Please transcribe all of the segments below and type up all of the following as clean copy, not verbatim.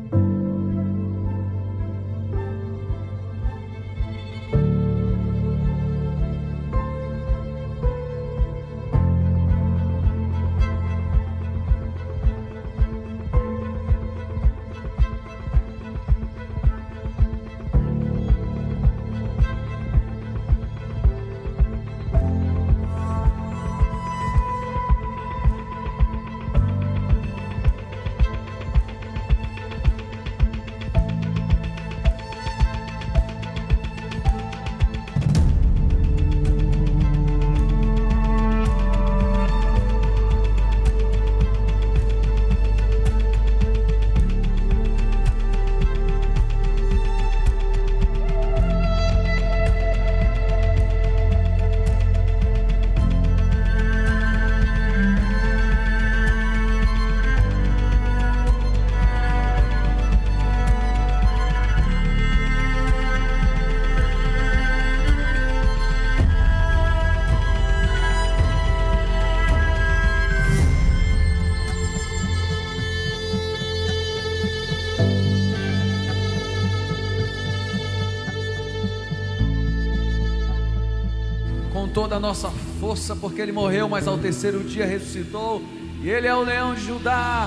Toda a nossa força, porque Ele morreu, mas ao terceiro dia ressuscitou, e Ele é o leão de Judá.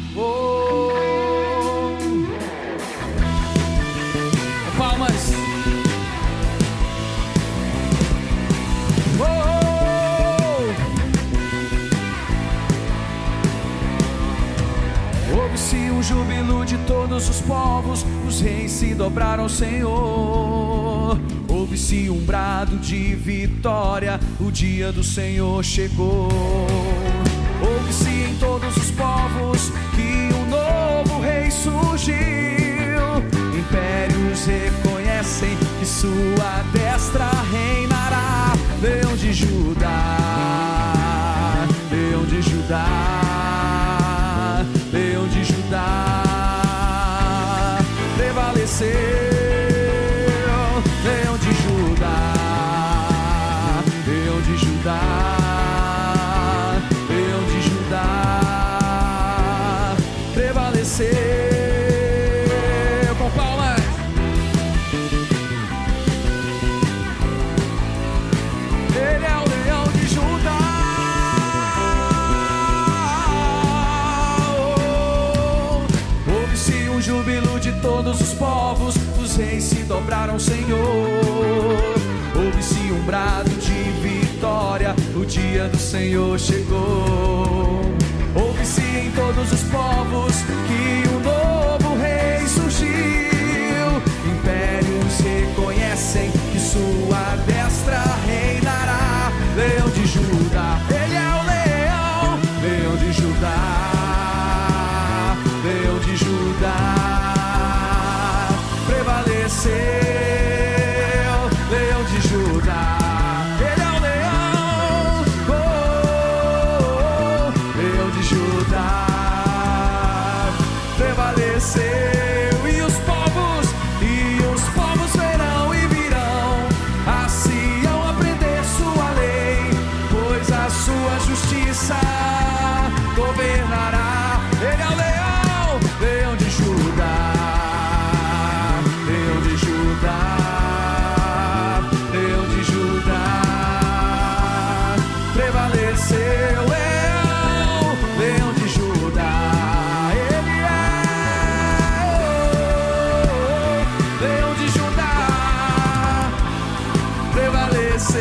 Palmas. Houve-se um júbilo de todos os povos, os reis se dobraram ao Senhor. Houve-se um brado de vitória, o dia do Senhor chegou. Ouve-se em todos os povos que um novo rei surgiu. Impérios reconhecem que sua destra reinará. Leão de Judá, leão de Judá, leão de Judá, prevaleceu. Leão de Judá, prevaleceu. Com palmas. Ele é o leão de Judá. Houve-se um júbilo de todos os povos, os reis se dobraram ao Senhor. Houve-se um brado de vitória, o dia do Senhor chegou. Ouve-se em todos os povos que um novo rei surgiu. Impérios reconhecem que sua destra reinará. Leão de Judá, ele é o leão, leão de Judá, leão de Judá, prevaleceu. Leão de Judá, ele é o leão, leão de Judá, prevaleceu. E os povos verão e virão a Sião aprender sua lei, pois a sua justiça governará. Ele é o leão, leão de Judá, leão de Judá, prevaleceu. Leão de Judá, ele é leão de Judá, prevaleceu.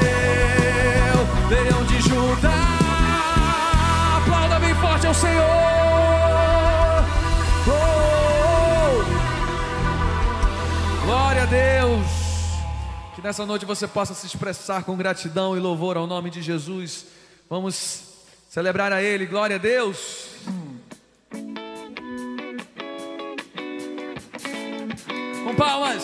Leão de Judá, aplauda bem forte ao Senhor. Glória a Deus. Que nessa noite você possa se expressar com gratidão e louvor ao nome de Jesus. Vamos celebrar a Ele. Glória a Deus. Com palmas.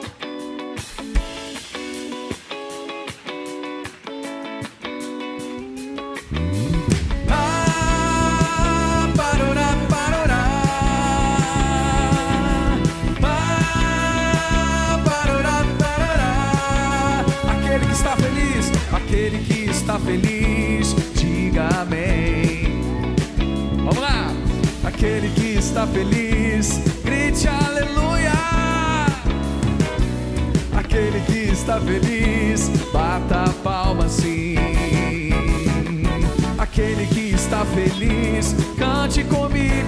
Aquele que está feliz, diga amém. Vamos lá. Aquele que está está feliz, grite aleluia. Aquele que está feliz, bata a palma sim. Aquele que está feliz, cante comigo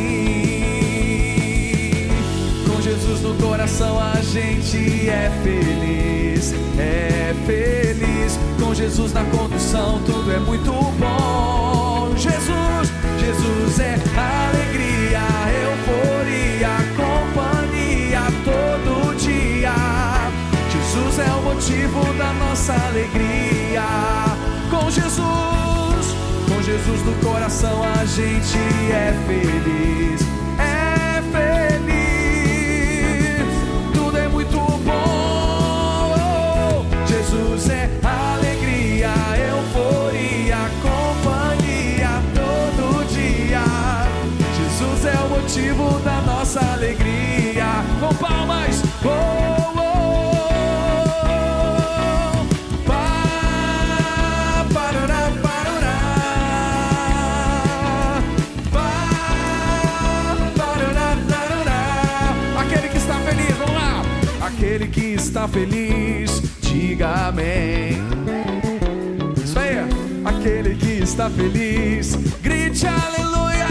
assim. Com Jesus no coração a gente é feliz, é feliz. Com Jesus na condução tudo é muito bom. Jesus, Jesus é alegria, euforia, companhia todo dia. Jesus é o motivo da nossa alegria. Com Jesus no coração a gente é feliz, é feliz. Tudo é muito bom. Jesus é alegria, euforia, companhia todo dia. Jesus é o motivo da nossa alegria. Com palmas, aquele que está feliz, diga amém. Isso aí, aquele que está feliz, grite aleluia.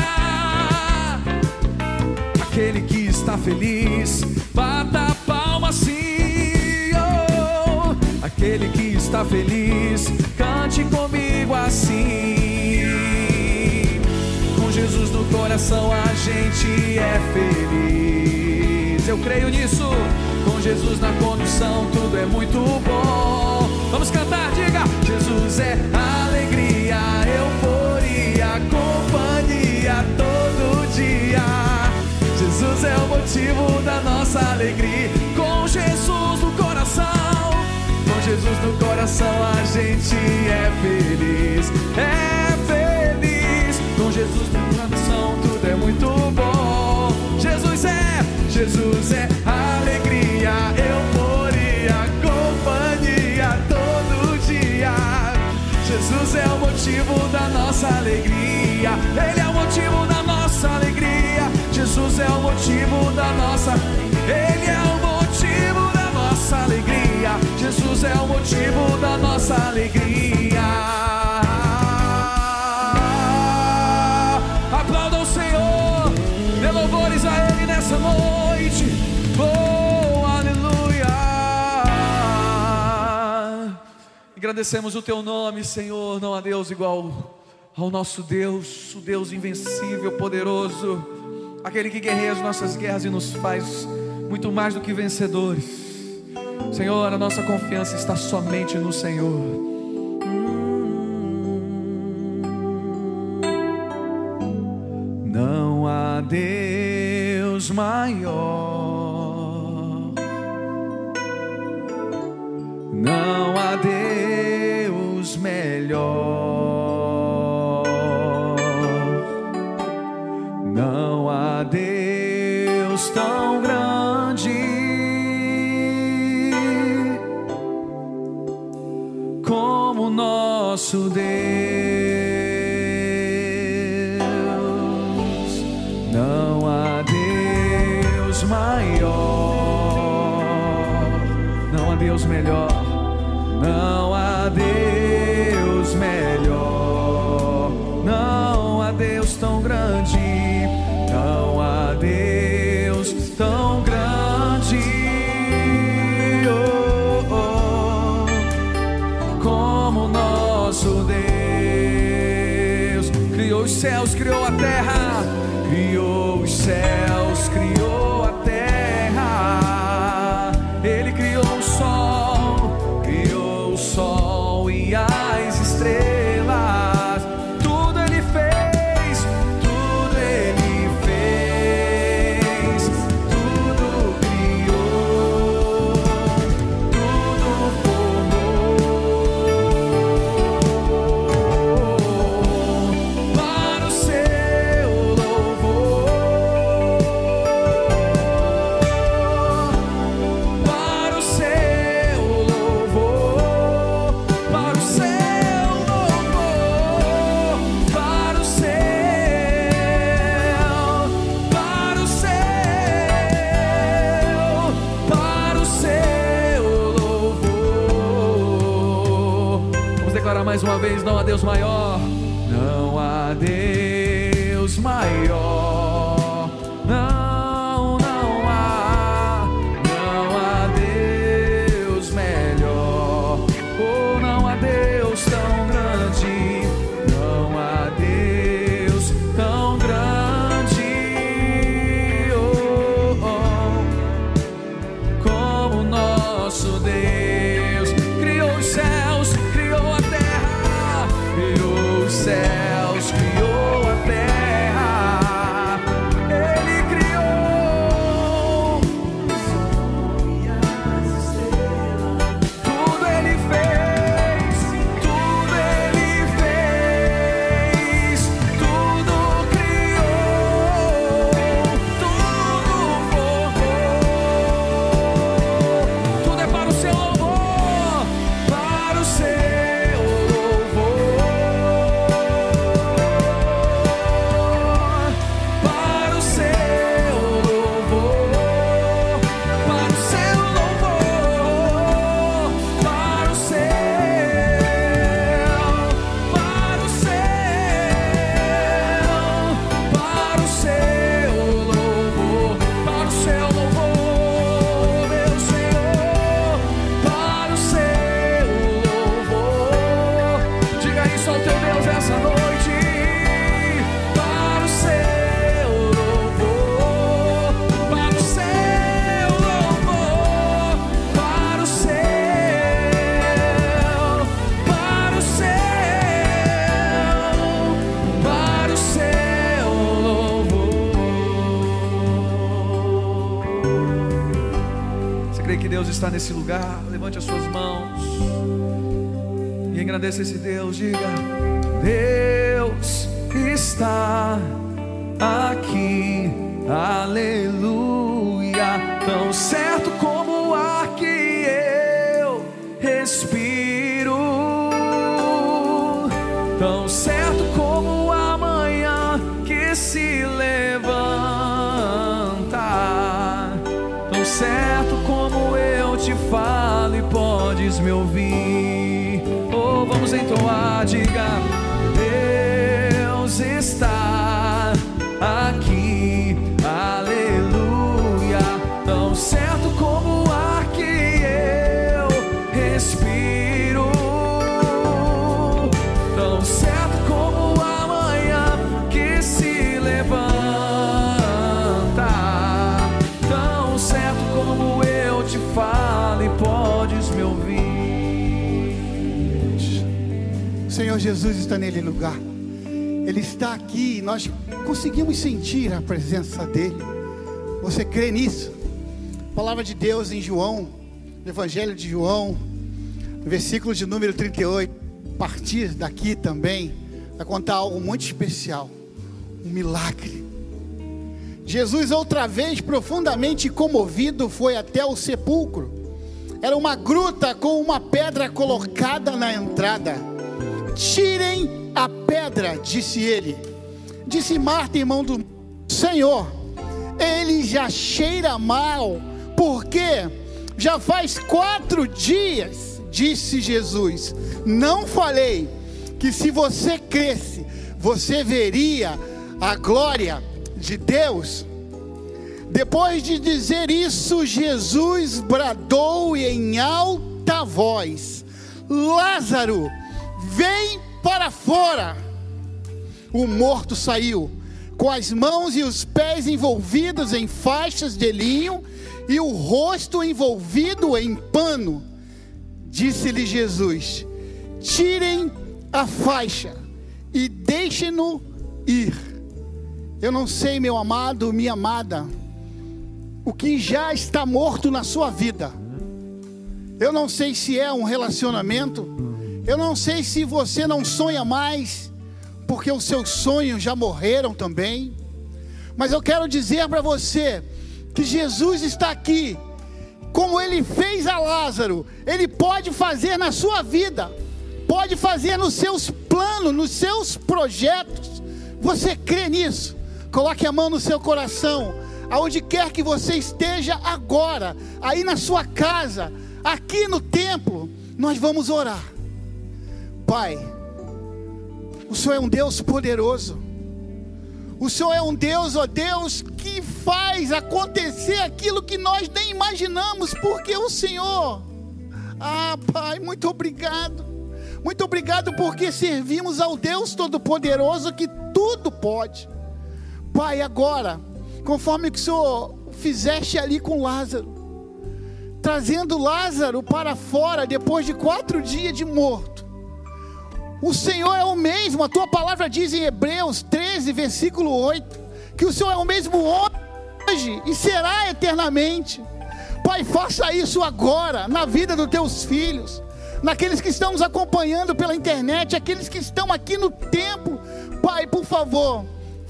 Aquele que está feliz, bata a palma sim. Oh, aquele que está feliz, cante comigo assim. Com Jesus no coração a gente é feliz. Eu creio nisso. Com Jesus na condução tudo é muito bom. Vamos cantar, diga. Jesus é alegria, euforia, companhia todo dia. Jesus é o motivo da nossa alegria. Com Jesus no coração, com Jesus no coração a gente é feliz, é feliz. Com Jesus no coração tudo é muito bom. Jesus é alegria, euforia, companhia todo dia. Jesus é o motivo da nossa alegria. Ele é o motivo da nossa alegria. Jesus é o motivo da nossa. Ele é o motivo da nossa alegria. Jesus é o motivo da nossa alegria. Aplauda o Senhor, dê louvores a Ele nessa noite. Oh, aleluia. Agradecemos o Teu nome, Senhor. Não há Deus igual ao nosso Deus, o Deus invencível, poderoso, aquele que guerreia as nossas guerras e nos faz muito mais do que vencedores. Senhor, a nossa confiança está somente no Senhor. Não há Deus maior, não há Deus melhor, não há Deus tão grande como nosso Deus. Não há Deus maior, não há Deus melhor, não há Deus melhor, não há Deus tão grande, não há Deus tão grande, oh, oh, como nosso Deus. Criou os céus, criou a terra, criou os céus, criou a terra. Ele criou o sol e as estrelas. Tudo Ele fez, tudo Ele fez, tudo criou, tudo formou para o seu louvor. mais uma vez, não há Deus maior. Não há Deus maior. Não, não há. Não há Deus melhor. Oh, não há Deus tão grande. Não há Deus tão grande. Oh, oh, como nosso Deus. Criou os céus, criou a terra. Criou os céus, criou a terra. Ele criou o sol e as estrelas. Tudo Ele fez, tudo Ele fez. Tudo criou, tudo formou. Tudo é para o seu louvor, para o seu louvor, para o seu louvor, para o seu louvor, para o seu, para o seu, para o seu louvor, para o seu louvor, meu Senhor, para o seu louvor. Diga isso ao teu Deus essa noite. Para o seu louvor, para o seu louvor, para o seu, para o seu, para o seu louvor. Você crê que Deus está nesse lugar? Levante as suas mãos e engrandeça esse Deus. Diga: Deus está aqui, aleluia. Tão certo como o ar que eu respiro, tão certo como a manhã que se levanta, tão certo como eu te falo e podes me ouvir. Oh, vamos entoar, diga: Deus está aqui, aleluia. Tão certo como o ar que eu respiro, tão certo como a manhã que se levanta, tão certo como eu te falo e podes me ouvir. O Senhor Jesus está nele lugar. Ele está aqui, nós conseguimos sentir a presença dele. Você crê nisso? A palavra de Deus em João, no Evangelho de João, no versículo de número 38, a partir daqui também, vai contar algo muito especial, um milagre. Jesus, outra vez profundamente comovido, foi até o sepulcro. Era uma gruta com uma pedra colocada na entrada. Tirem a pedra, disse ele. Disse Marta, irmão do Senhor, ele já cheira mal, porque já faz 4 dias, disse Jesus. Não falei que se você cresce, você veria a glória de Deus? Depois de dizer isso, Jesus bradou em alta voz: Lázaro, vem para fora. O morto saiu, com as mãos e os pés envolvidos em faixas de linho e o rosto envolvido em pano. Disse-lhe Jesus: tirem a faixa e deixem-no ir. Eu não sei, meu amado, minha amada, o que já está morto na sua vida. Eu não sei se é um relacionamento. Eu não sei se você não sonha mais, porque os seus sonhos já morreram também. Mas eu quero dizer para você que Jesus está aqui. Como Ele fez a Lázaro, Ele pode fazer na sua vida, pode fazer nos seus planos, nos seus projetos. Você crê nisso? Coloque a mão no seu coração, aonde quer que você esteja agora, aí na sua casa, aqui no templo. Nós vamos orar. Pai, o Senhor é um Deus poderoso. O Senhor é um Deus, ó Deus, que faz acontecer aquilo que nós nem imaginamos, porque o Senhor, Pai, muito obrigado. Muito obrigado porque servimos ao Deus Todo-Poderoso que tudo pode. Pai, agora, conforme que o Senhor fizeste ali com Lázaro, trazendo Lázaro para fora depois de 4 dias de morto, o Senhor é o mesmo. A tua palavra diz em Hebreus 13, versículo 8, que o Senhor é o mesmo hoje e será eternamente. Pai, faça isso agora na vida dos teus filhos, naqueles que estão nos acompanhando pela internet, aqueles que estão aqui no templo. Pai, por favor,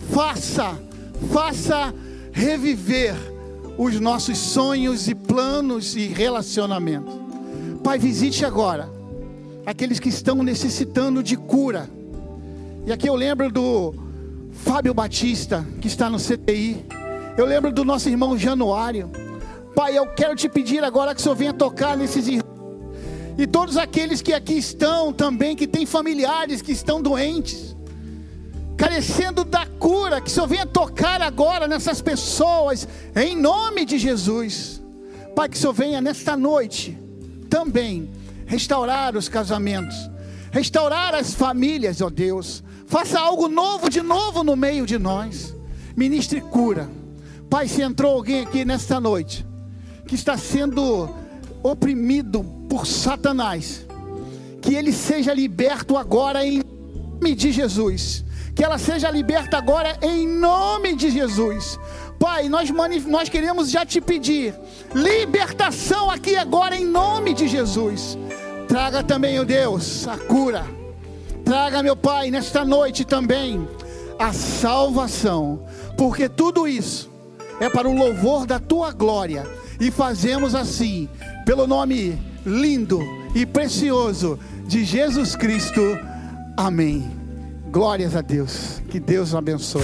faça reviver os nossos sonhos e planos e relacionamentos. Pai, visite agora aqueles que estão necessitando de cura. E aqui eu lembro do Fábio Batista, que está no CTI. Eu lembro do nosso irmão Januário. Pai, eu quero te pedir agora que o Senhor venha tocar nesses irmãos. E todos aqueles que aqui estão também, que têm familiares que estão doentes, carecendo da cura, que o Senhor venha tocar agora nessas pessoas, em nome de Jesus. Pai, que o Senhor venha nesta noite também restaurar os casamentos, restaurar as famílias, ó Deus. Faça algo novo de novo no meio de nós. Ministre cura. Pai, se entrou alguém aqui nesta noite que está sendo oprimido por Satanás, que ele seja liberto agora em nome de Jesus. Que ela seja liberta agora em nome de Jesus. Pai, nós queremos já te pedir libertação aqui agora em nome de Jesus. Traga também, ó Deus, a cura. Traga, meu Pai, nesta noite também a salvação, porque tudo isso é para o louvor da tua glória. E fazemos assim, pelo nome lindo e precioso de Jesus Cristo. Amém. Glórias a Deus. Que Deus abençoe.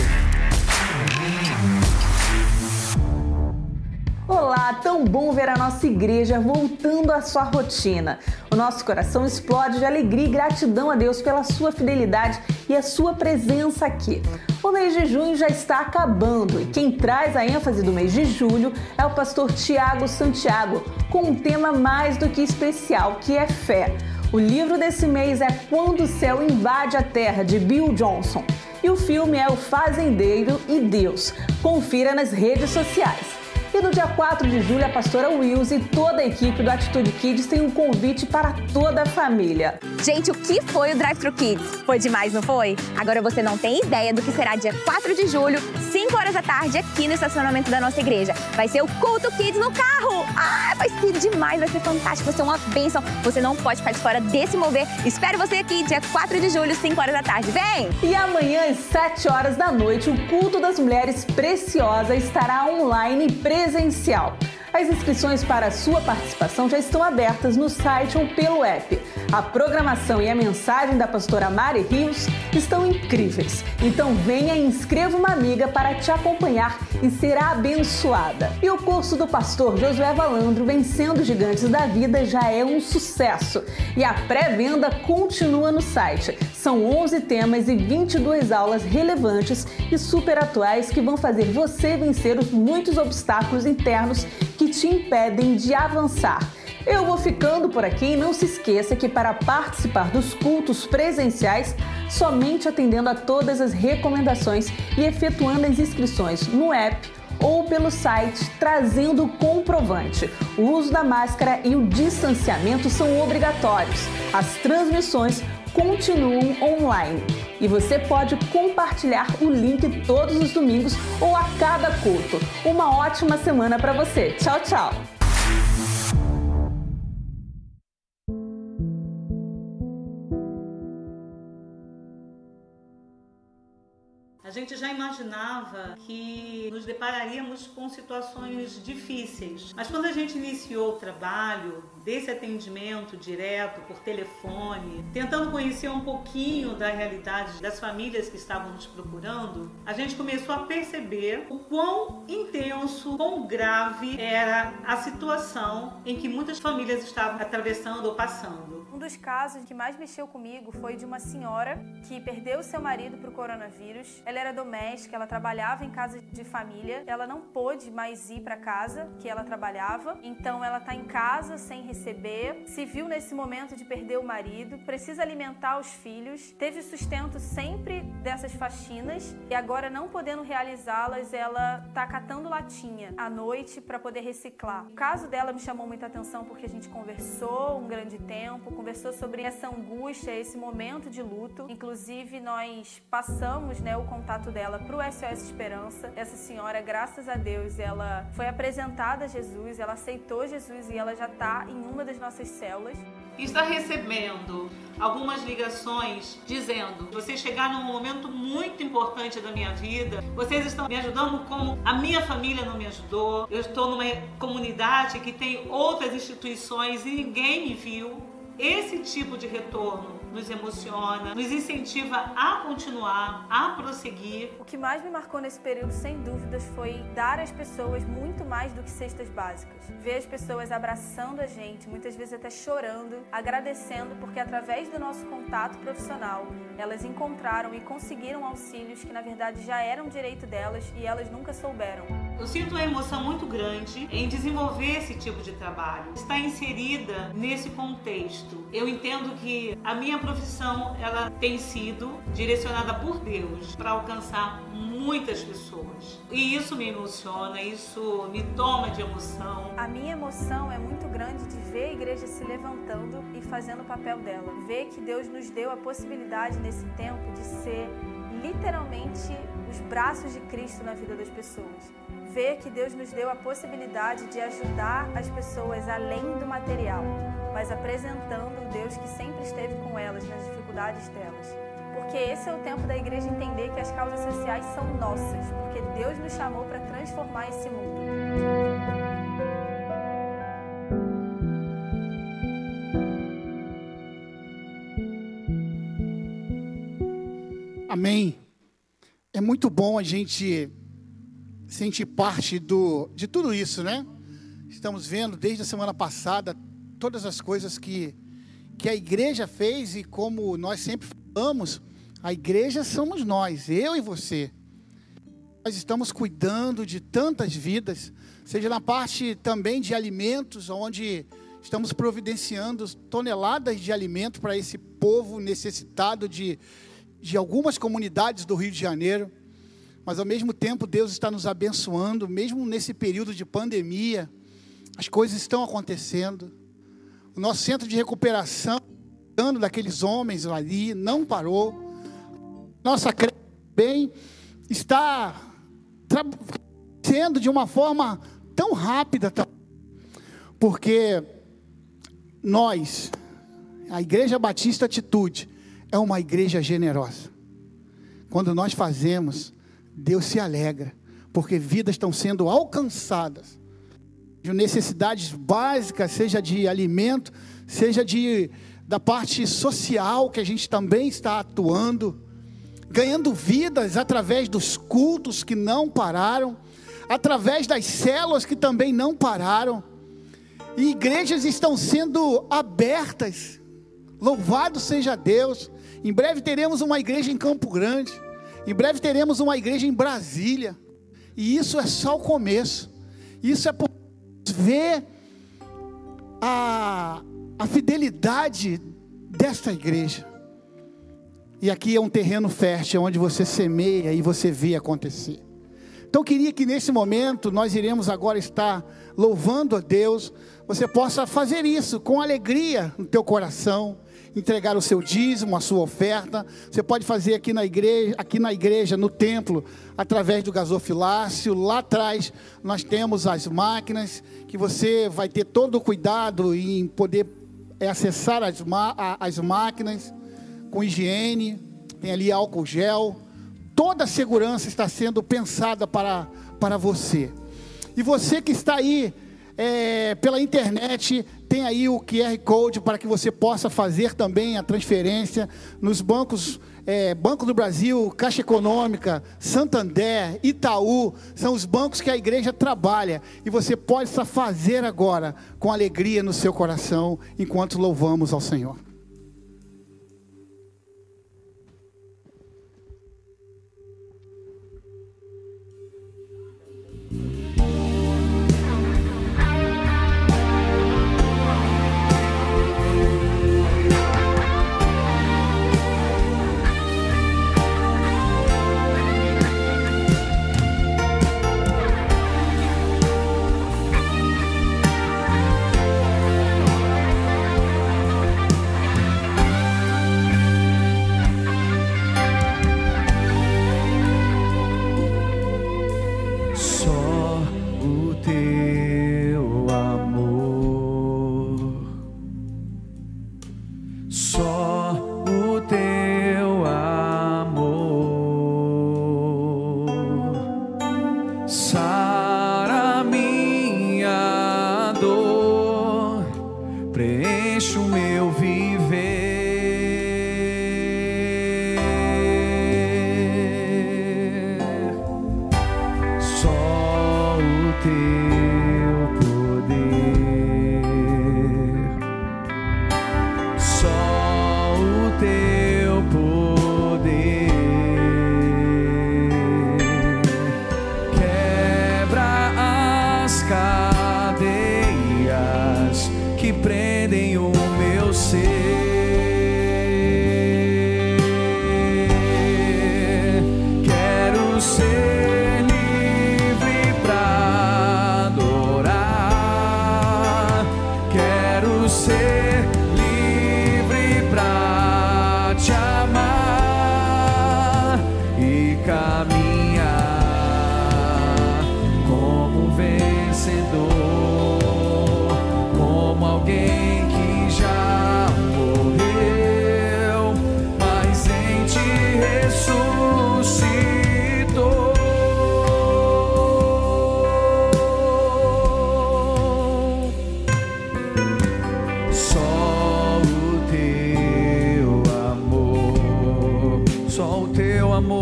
Olá, tão bom ver a nossa igreja voltando à sua rotina. O nosso coração explode de alegria e gratidão a Deus pela sua fidelidade e a sua presença aqui. O mês de junho já está acabando e quem traz a ênfase do mês de julho é o pastor Tiago Santiago, com um tema mais do que especial, que é fé. O livro desse mês é Quando o Céu Invade a Terra, de Bill Johnson. E o filme é O Fazendeiro e Deus. Confira nas redes sociais. E no dia 4 de julho, a pastora Wills e toda a equipe do Atitude Kids tem um convite para toda a família. Gente, o que foi o Drive Thru Kids? Foi demais, não foi? Agora você não tem ideia do que será dia 4 de julho, 5 horas da tarde, aqui no estacionamento da nossa igreja. Vai ser o Culto Kids no carro! Vai ser demais, vai ser fantástico, vai ser uma bênção. Você não pode ficar de fora desse mover. Espero você aqui, dia 4 de julho, 5 horas da tarde. Vem! E amanhã, às 7 horas da noite, o Culto das Mulheres Preciosa estará online presencial. As inscrições para a sua participação já estão abertas no site ou pelo app. A programação e a mensagem da pastora Mari Rios estão incríveis. Então venha e inscreva uma amiga para te acompanhar e ser abençoada. E o curso do pastor Josué Valandro, Vencendo Gigantes da Vida, já é um sucesso. E a pré-venda continua no site. São 11 temas e 22 aulas relevantes e super atuais que vão fazer você vencer os muitos obstáculos internos que te impedem de avançar. Eu vou ficando por aqui e não se esqueça que para participar dos cultos presenciais, somente atendendo a todas as recomendações e efetuando as inscrições no app ou pelo site, trazendo o comprovante. O uso da máscara e o distanciamento são obrigatórios. As transmissões continuam online. E você pode compartilhar o link todos os domingos ou a cada culto. Uma ótima semana para você. Tchau, tchau! A gente já imaginava que nos depararíamos com situações difíceis, mas quando a gente iniciou o trabalho desse atendimento direto por telefone, tentando conhecer um pouquinho da realidade das famílias que estavam nos procurando, a gente começou a perceber o quão intenso, quão grave era a situação em que muitas famílias estavam atravessando ou passando. Um dos casos que mais mexeu comigo foi de uma senhora que perdeu seu marido para o coronavírus. Ela era doméstica, ela trabalhava em casa de família. Ela não pôde mais ir para casa que ela trabalhava. Então ela está em casa sem receber. Se viu nesse momento de perder o marido. Precisa alimentar os filhos. Teve sustento sempre dessas faxinas. E agora, não podendo realizá-las, ela está catando latinha à noite para poder reciclar. O caso dela me chamou muita atenção porque a gente conversou um grande tempo. Conversou sobre essa angústia, esse momento de luto. Inclusive, nós passamos, o contato dela para o SOS Esperança. Essa senhora, graças a Deus, ela foi apresentada a Jesus, ela aceitou Jesus e ela já está em uma das nossas células. Está recebendo algumas ligações dizendo: vocês chegaram num momento muito importante da minha vida, vocês estão me ajudando como a minha família não me ajudou, eu estou numa comunidade que tem outras instituições e ninguém me viu. Esse tipo de retorno nos emociona, nos incentiva a continuar, a prosseguir. O que mais me marcou nesse período, sem dúvidas, foi dar às pessoas muito mais do que cestas básicas. Ver as pessoas abraçando a gente, muitas vezes até chorando, agradecendo, porque através do nosso contato profissional, elas encontraram e conseguiram auxílios que na verdade já eram direito delas e elas nunca souberam. Eu sinto uma emoção muito grande em desenvolver esse tipo de trabalho, estar inserida nesse contexto. Eu entendo que a minha profissão, ela tem sido direcionada por Deus para alcançar muitas pessoas. E isso me emociona, isso me toma de emoção. A minha emoção é muito grande de ver a igreja se levantando e fazendo o papel dela. Ver que Deus nos deu a possibilidade nesse tempo de ser literalmente os braços de Cristo na vida das pessoas. Ver que Deus nos deu a possibilidade de ajudar as pessoas além do material, mas apresentando o Deus que sempre esteve com elas nas dificuldades delas. Porque esse é o tempo da igreja entender que as causas sociais são nossas, porque Deus nos chamou para transformar esse mundo. Amém. É muito bom a gente sentir parte de tudo isso, né? Estamos vendo desde a semana passada todas as coisas que a igreja fez, e como nós sempre falamos, a igreja somos nós, eu e você. Nós estamos cuidando de tantas vidas, seja na parte também de alimentos, onde estamos providenciando toneladas de alimento para esse povo necessitado de algumas comunidades do Rio de Janeiro. Mas ao mesmo tempo Deus está nos abençoando, mesmo nesse período de pandemia, as coisas estão acontecendo. O nosso centro de recuperação, cuidando daqueles homens ali, não parou. Nossa creche bem está sendo de uma forma tão rápida, porque nós, a Igreja Batista Atitude, é uma igreja generosa. Quando nós fazemos, Deus se alegra, porque vidas estão sendo alcançadas, de necessidades básicas, seja de alimento, seja da parte social, que a gente também está atuando, ganhando vidas através dos cultos que não pararam, através das células que também não pararam, e igrejas estão sendo abertas. Louvado seja Deus. Em breve teremos uma igreja em Campo Grande, em breve teremos uma igreja em Brasília, e isso é só o começo. Isso é por ver a fidelidade desta igreja. E aqui é um terreno fértil, onde você semeia e você vê acontecer. Então eu queria que nesse momento, nós iremos agora estar louvando a Deus. Você possa fazer isso com alegria no teu coração, entregar o seu dízimo, a sua oferta. Você pode fazer aqui na igreja, no templo, através do gasofilácio. Lá atrás nós temos as máquinas, que você vai ter todo o cuidado em poder acessar as máquinas com higiene. Tem ali álcool gel. Toda a segurança está sendo pensada para você. E você que está aí pela internet, tem aí o QR Code para que você possa fazer também a transferência nos bancos, Banco do Brasil, Caixa Econômica, Santander, Itaú, são os bancos que a igreja trabalha, e você pode fazer agora, com alegria no seu coração, enquanto louvamos ao Senhor.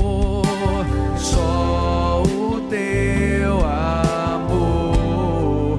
Só o teu amor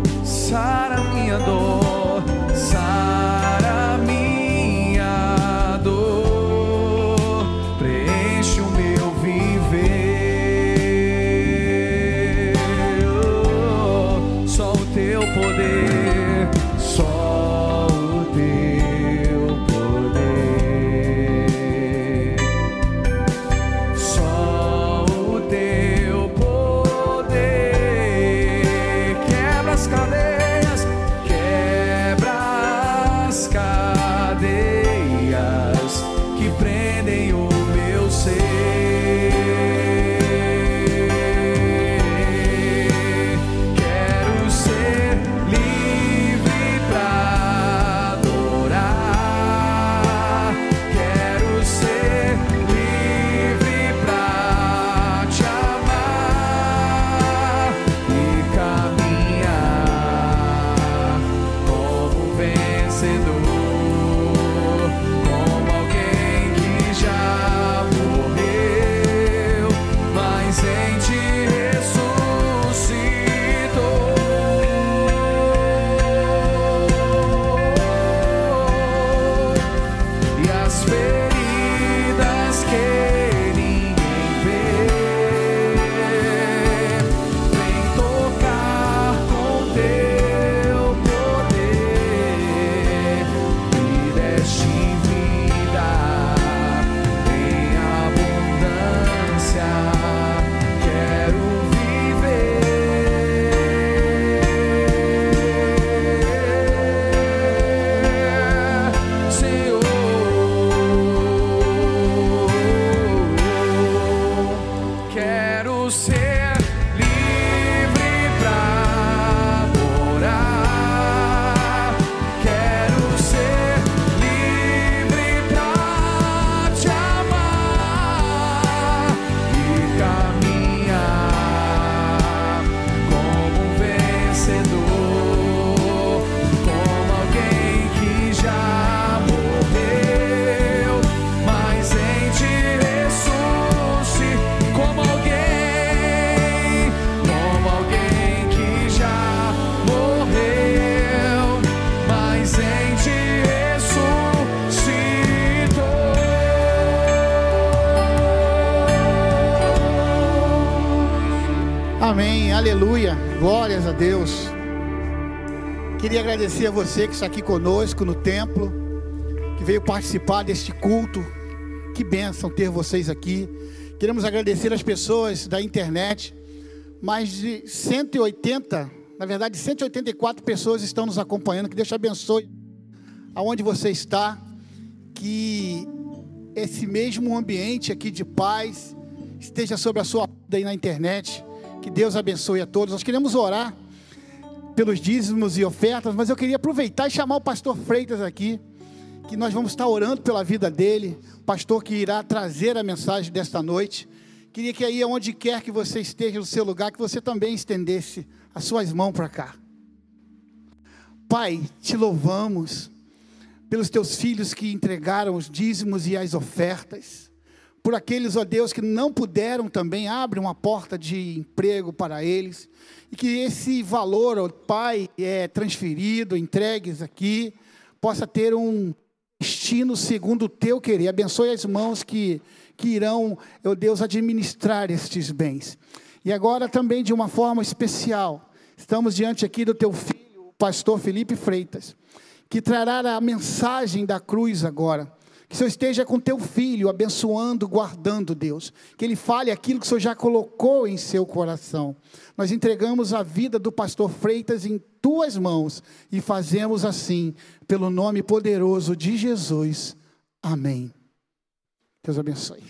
Aleluia, glórias a Deus. Queria agradecer a você que está aqui conosco no templo, que veio participar deste culto. Que bênção ter vocês aqui. Queremos agradecer as pessoas da internet. Mais de 180, na verdade 184 pessoas estão nos acompanhando. Que Deus te abençoe aonde você está. Que esse mesmo ambiente aqui de paz esteja sobre a sua vida aí na internet. Que Deus abençoe a todos. Nós queremos orar pelos dízimos e ofertas, mas eu queria aproveitar e chamar o pastor Freitas aqui, que nós vamos estar orando pela vida dele, o pastor que irá trazer a mensagem desta noite. Queria que aí, onde quer que você esteja no seu lugar, que você também estendesse as suas mãos para cá. Pai, te louvamos pelos teus filhos que entregaram os dízimos e as ofertas, por aqueles, ó Deus, que não puderam também, abre uma porta de emprego para eles, e que esse valor, ó Pai, transferido, entregues aqui, possa ter um destino segundo o teu querer. Abençoe as mãos que irão, ó Deus, administrar estes bens. E agora também, de uma forma especial, estamos diante aqui do teu filho, o pastor Felipe Freitas, que trará a mensagem da cruz agora. Que o Senhor esteja com teu filho, abençoando, guardando, Deus. Que ele fale aquilo que o Senhor já colocou em seu coração. Nós entregamos a vida do pastor Freitas em tuas mãos. E fazemos assim, pelo nome poderoso de Jesus. Amém. Deus abençoe.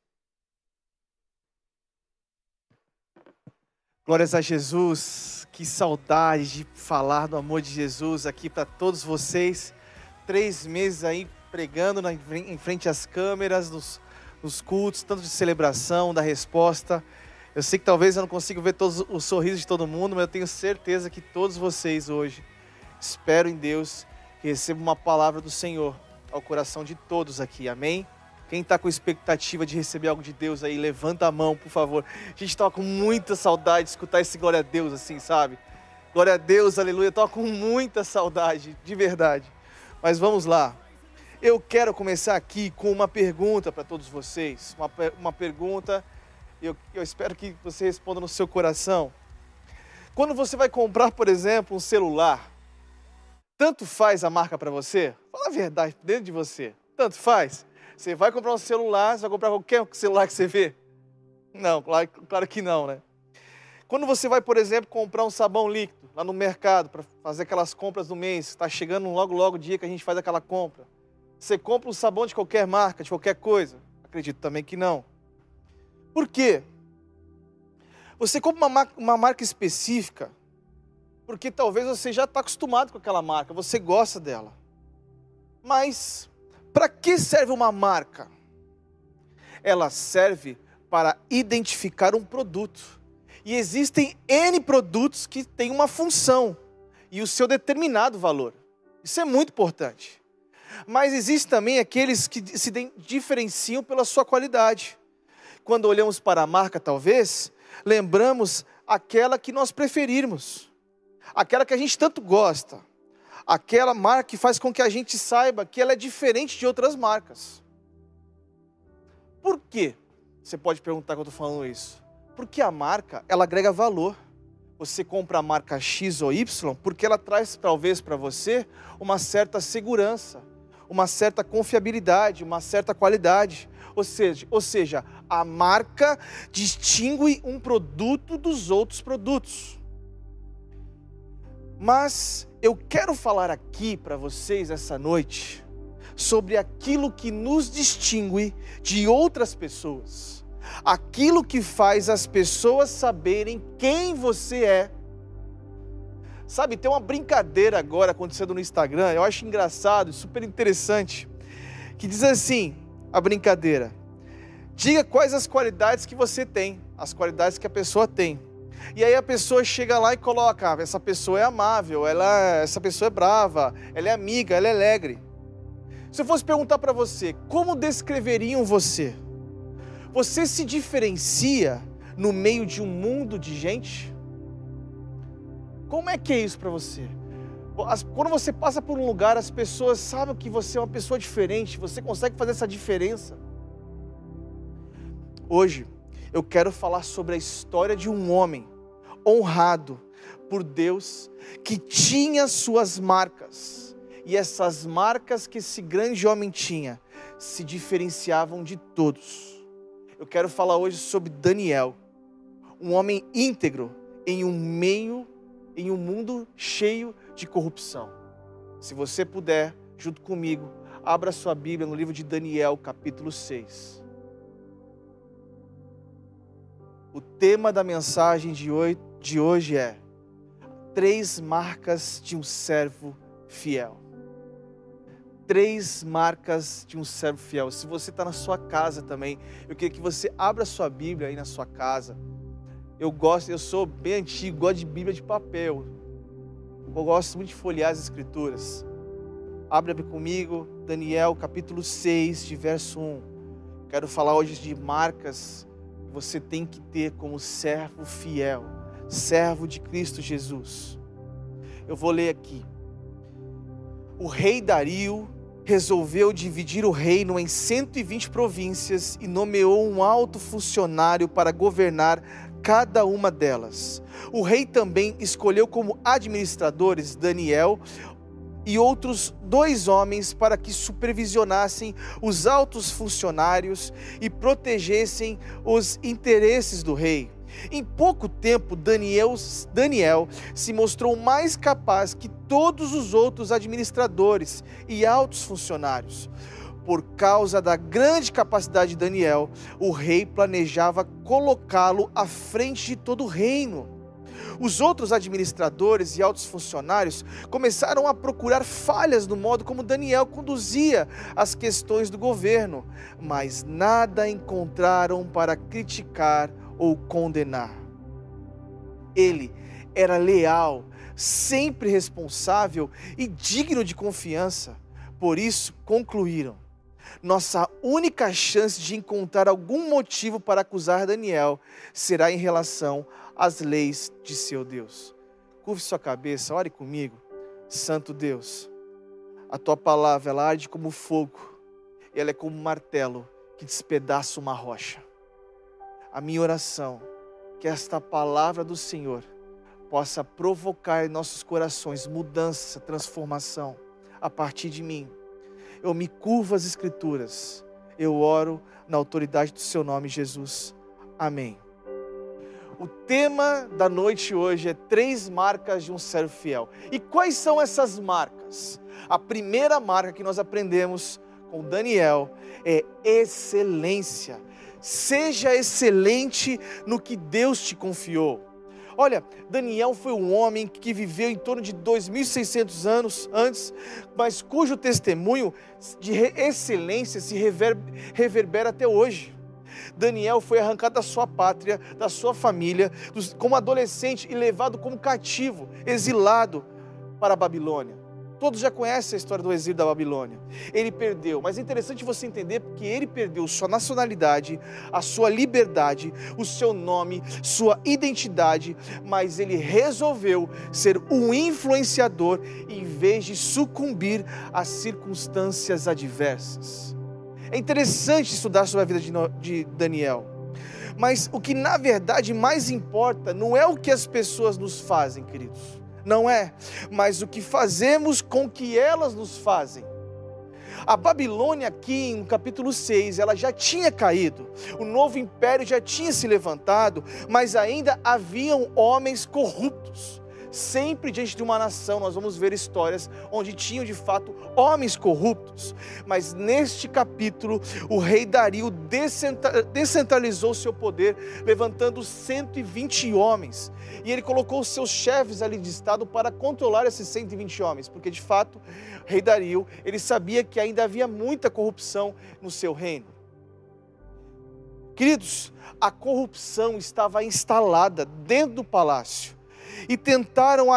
Glórias a Jesus. Que saudade de falar do amor de Jesus aqui para todos vocês. 3 meses aí pregando em frente às câmeras, nos cultos, tanto de celebração, da resposta. Eu sei que talvez eu não consiga ver todos os sorrisos de todo mundo, mas eu tenho certeza que todos vocês hoje, espero em Deus, que recebam uma palavra do Senhor ao coração de todos aqui, amém? Quem está com expectativa de receber algo de Deus aí, levanta a mão, por favor. A gente estava com muita saudade de escutar esse glória a Deus assim, sabe? Glória a Deus, aleluia, estava com muita saudade, de verdade. Mas vamos lá. Eu quero começar aqui com uma pergunta para todos vocês. Uma pergunta, eu espero que você responda no seu coração. Quando você vai comprar, por exemplo, um celular, tanto faz a marca para você? Fala a verdade dentro de você. Tanto faz? Você vai comprar um celular, você vai comprar qualquer celular que você vê? Não, claro que não, né? Quando você vai, por exemplo, comprar um sabão líquido lá no mercado para fazer aquelas compras do mês, está chegando logo o dia que a gente faz aquela compra. Você compra um sabão de qualquer marca, de qualquer coisa? Acredito também que não. Por quê? Você compra uma marca específica porque talvez você já está acostumado com aquela marca, você gosta dela. Mas para que serve uma marca? Ela serve para identificar um produto. E existem N produtos que têm uma função e o seu determinado valor. Isso é muito importante. Mas existem também aqueles que se diferenciam pela sua qualidade. Quando olhamos para a marca, talvez, lembramos aquela que nós preferirmos. Aquela que a gente tanto gosta. Aquela marca que faz com que a gente saiba que ela é diferente de outras marcas. Por quê? Você pode perguntar quando eu estou falando isso. Porque a marca, ela agrega valor. Você compra a marca X ou Y porque ela traz talvez para você uma certa segurança, uma certa confiabilidade, uma certa qualidade. Ou seja, a marca distingue um produto dos outros produtos. Mas eu quero falar aqui para vocês essa noite sobre aquilo que nos distingue de outras pessoas. Aquilo que faz as pessoas saberem quem você é. Sabe, tem uma brincadeira agora acontecendo no Instagram, eu acho engraçado, super interessante, que diz assim, a brincadeira: diga quais as qualidades que você tem, as qualidades que a pessoa tem. E aí a pessoa chega lá e coloca, essa pessoa é amável, essa pessoa é brava, ela é amiga, ela é alegre. Se eu fosse perguntar para você, como descreveriam você? Você se diferencia no meio de um mundo de gente? Como é que é isso para você? Quando você passa por um lugar, as pessoas sabem que você é uma pessoa diferente, você consegue fazer essa diferença. Hoje, eu quero falar sobre a história de um homem honrado por Deus, que tinha suas marcas. E essas marcas que esse grande homem tinha se diferenciavam de todos. Eu quero falar hoje sobre Daniel, um homem íntegro em um mundo cheio de corrupção. Se você puder, junto comigo, abra sua Bíblia no livro de Daniel, capítulo 6. O tema da mensagem de hoje é 3 marcas de um servo fiel. 3 marcas de um servo fiel. Se você está na sua casa também, eu queria que você abra a sua Bíblia aí na sua casa. Eu sou bem antigo, gosto de Bíblia de papel. Eu gosto muito de folhear as Escrituras. Abre comigo, Daniel capítulo 6, de verso 1. Quero falar hoje de marcas que você tem que ter como servo fiel, servo de Cristo Jesus. Eu vou ler aqui. O rei Dario resolveu dividir o reino em 120 províncias e nomeou um alto funcionário para governar cada uma delas. O rei também escolheu como administradores Daniel e outros 2 homens para que supervisionassem os altos funcionários e protegessem os interesses do rei. Em pouco tempo, Daniel se mostrou mais capaz que todos os outros administradores e altos funcionários. Por causa da grande capacidade de Daniel, o rei planejava colocá-lo à frente de todo o reino. Os outros administradores e altos funcionários começaram a procurar falhas no modo como Daniel conduzia as questões do governo, mas nada encontraram para criticar ou condenar. Ele era leal, sempre responsável e digno de confiança. Por isso, concluíram: nossa única chance de encontrar algum motivo para acusar Daniel será em relação às leis de seu Deus. Curve sua cabeça, ore comigo. Santo Deus, a tua palavra, ela arde como fogo, ela é como um martelo que despedaça uma rocha. A minha oração, que esta palavra do Senhor possa provocar em nossos corações mudança, transformação a partir de mim. Eu me curvo às Escrituras, eu oro na autoridade do seu nome, Jesus. Amém. O tema da noite hoje é 3 marcas de um servo fiel. E quais são essas marcas? A primeira marca que nós aprendemos com Daniel é excelência. Seja excelente no que Deus te confiou. Olha, Daniel foi um homem que viveu em torno de 2.600 anos antes, mas cujo testemunho de excelência se reverbera até hoje. Daniel foi arrancado da sua pátria, da sua família, como adolescente e levado como cativo, exilado para a Babilônia. Todos já conhecem a história do exílio da Babilônia. Ele perdeu, mas é interessante você entender porque ele perdeu sua nacionalidade, a sua liberdade, o seu nome, sua identidade, mas ele resolveu ser um influenciador em vez de sucumbir às circunstâncias adversas. É interessante estudar sobre a vida de Daniel, mas o que na verdade mais importa não é o que as pessoas nos fazem, queridos. Não é, mas o que fazemos com que elas nos fazem. A Babilônia aqui no capítulo 6, ela já tinha caído, o novo império já tinha se levantado, mas ainda haviam homens corruptos. Sempre diante de uma nação nós vamos ver histórias onde tinham de fato homens corruptos. Mas neste capítulo o rei Dario descentralizou seu poder, levantando 120 homens. E ele colocou os seus chefes ali de estado para controlar esses 120 homens. Porque de fato o rei Dario, ele sabia que ainda havia muita corrupção no seu reino. Queridos, a corrupção estava instalada dentro do palácio. E tentaram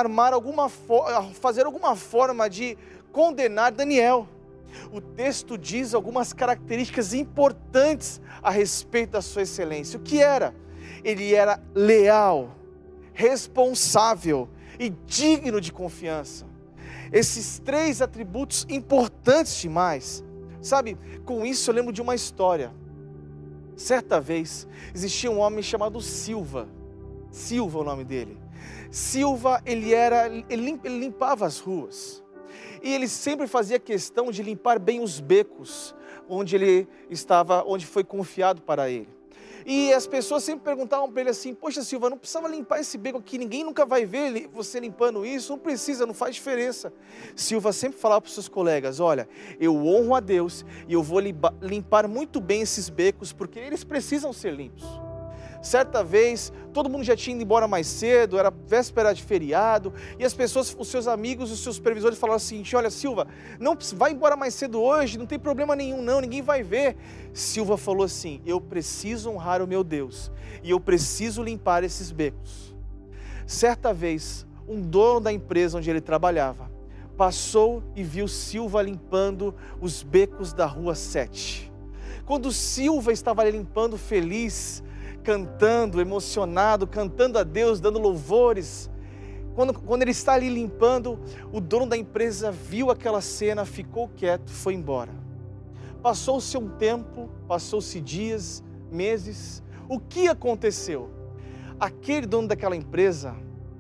fazer alguma forma de condenar Daniel. O texto diz algumas características importantes a respeito da sua excelência. O que era? Ele era leal, responsável e digno de confiança. Esses 3 atributos importantes demais. Sabe, com isso eu lembro de uma história. Certa vez, existia um homem chamado Silva. Silva, o nome dele. Silva, ele limpava as ruas. E ele sempre fazia questão de limpar bem os becos onde ele estava, onde foi confiado para ele. E as pessoas sempre perguntavam para ele assim: poxa, Silva, não precisava limpar esse beco aqui, ninguém nunca vai ver você limpando isso, não precisa, não faz diferença. Silva sempre falava para os seus colegas: olha, eu honro a Deus e eu vou limpar muito bem esses becos, porque eles precisam ser limpos. Certa vez, todo mundo já tinha ido embora mais cedo, era véspera de feriado, e as pessoas, os seus amigos, os seus supervisores falaram assim: olha, Silva, não vai embora mais cedo hoje, não tem problema nenhum não, ninguém vai ver. Silva falou assim: eu preciso honrar o meu Deus, e eu preciso limpar esses becos. Certa vez, um dono da empresa onde ele trabalhava, passou e viu Silva limpando os becos da Rua 7. Quando Silva estava limpando feliz, cantando, emocionado, cantando a Deus, dando louvores. Quando ele está ali limpando, o dono da empresa viu aquela cena, ficou quieto, foi embora. Passou-se um tempo, passou-se dias, meses. O que aconteceu? Aquele dono daquela empresa,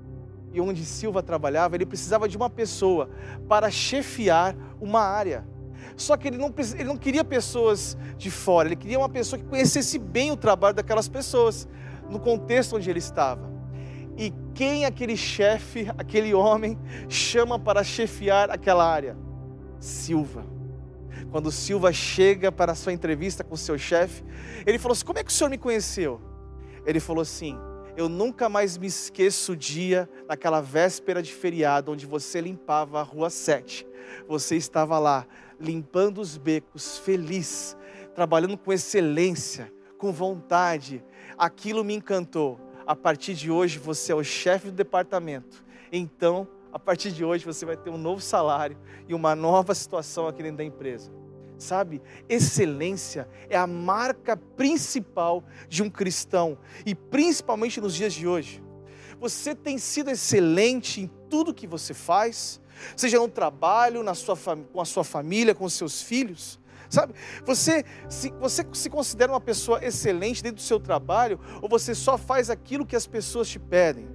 e onde Silva trabalhava, ele precisava de uma pessoa para chefiar uma área. Só que ele não queria pessoas de fora, ele queria uma pessoa que conhecesse bem o trabalho daquelas pessoas, no contexto onde ele estava. E quem aquele chefe, aquele homem, chama para chefiar aquela área? Silva. Quando Silva chega para a sua entrevista com o seu chefe, ele falou assim: como é que o senhor me conheceu? Ele falou assim: eu nunca mais me esqueço o dia, naquela véspera de feriado, onde você limpava a Rua 7. Você estava lá, limpando os becos, feliz, trabalhando com excelência, com vontade. Aquilo me encantou. A partir de hoje você é o chefe do departamento. Então, a partir de hoje você vai ter um novo salário e uma nova situação aqui dentro da empresa. Sabe, excelência é a marca principal de um cristão, e principalmente nos dias de hoje. Você tem sido excelente em tudo que você faz, seja no trabalho, com a sua família, com os seus filhos, sabe? Você se considera uma pessoa excelente dentro do seu trabalho, ou você só faz aquilo que as pessoas te pedem?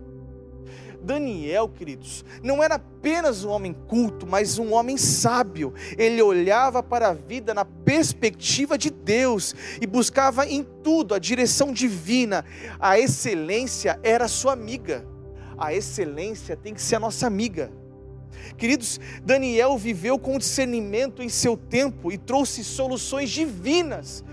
Daniel, queridos, não era apenas um homem culto, mas um homem sábio. Ele olhava para a vida na perspectiva de Deus e buscava em tudo a direção divina. A excelência era sua amiga. A excelência tem que ser a nossa amiga. Queridos, Daniel viveu com discernimento em seu tempo e trouxe soluções divinas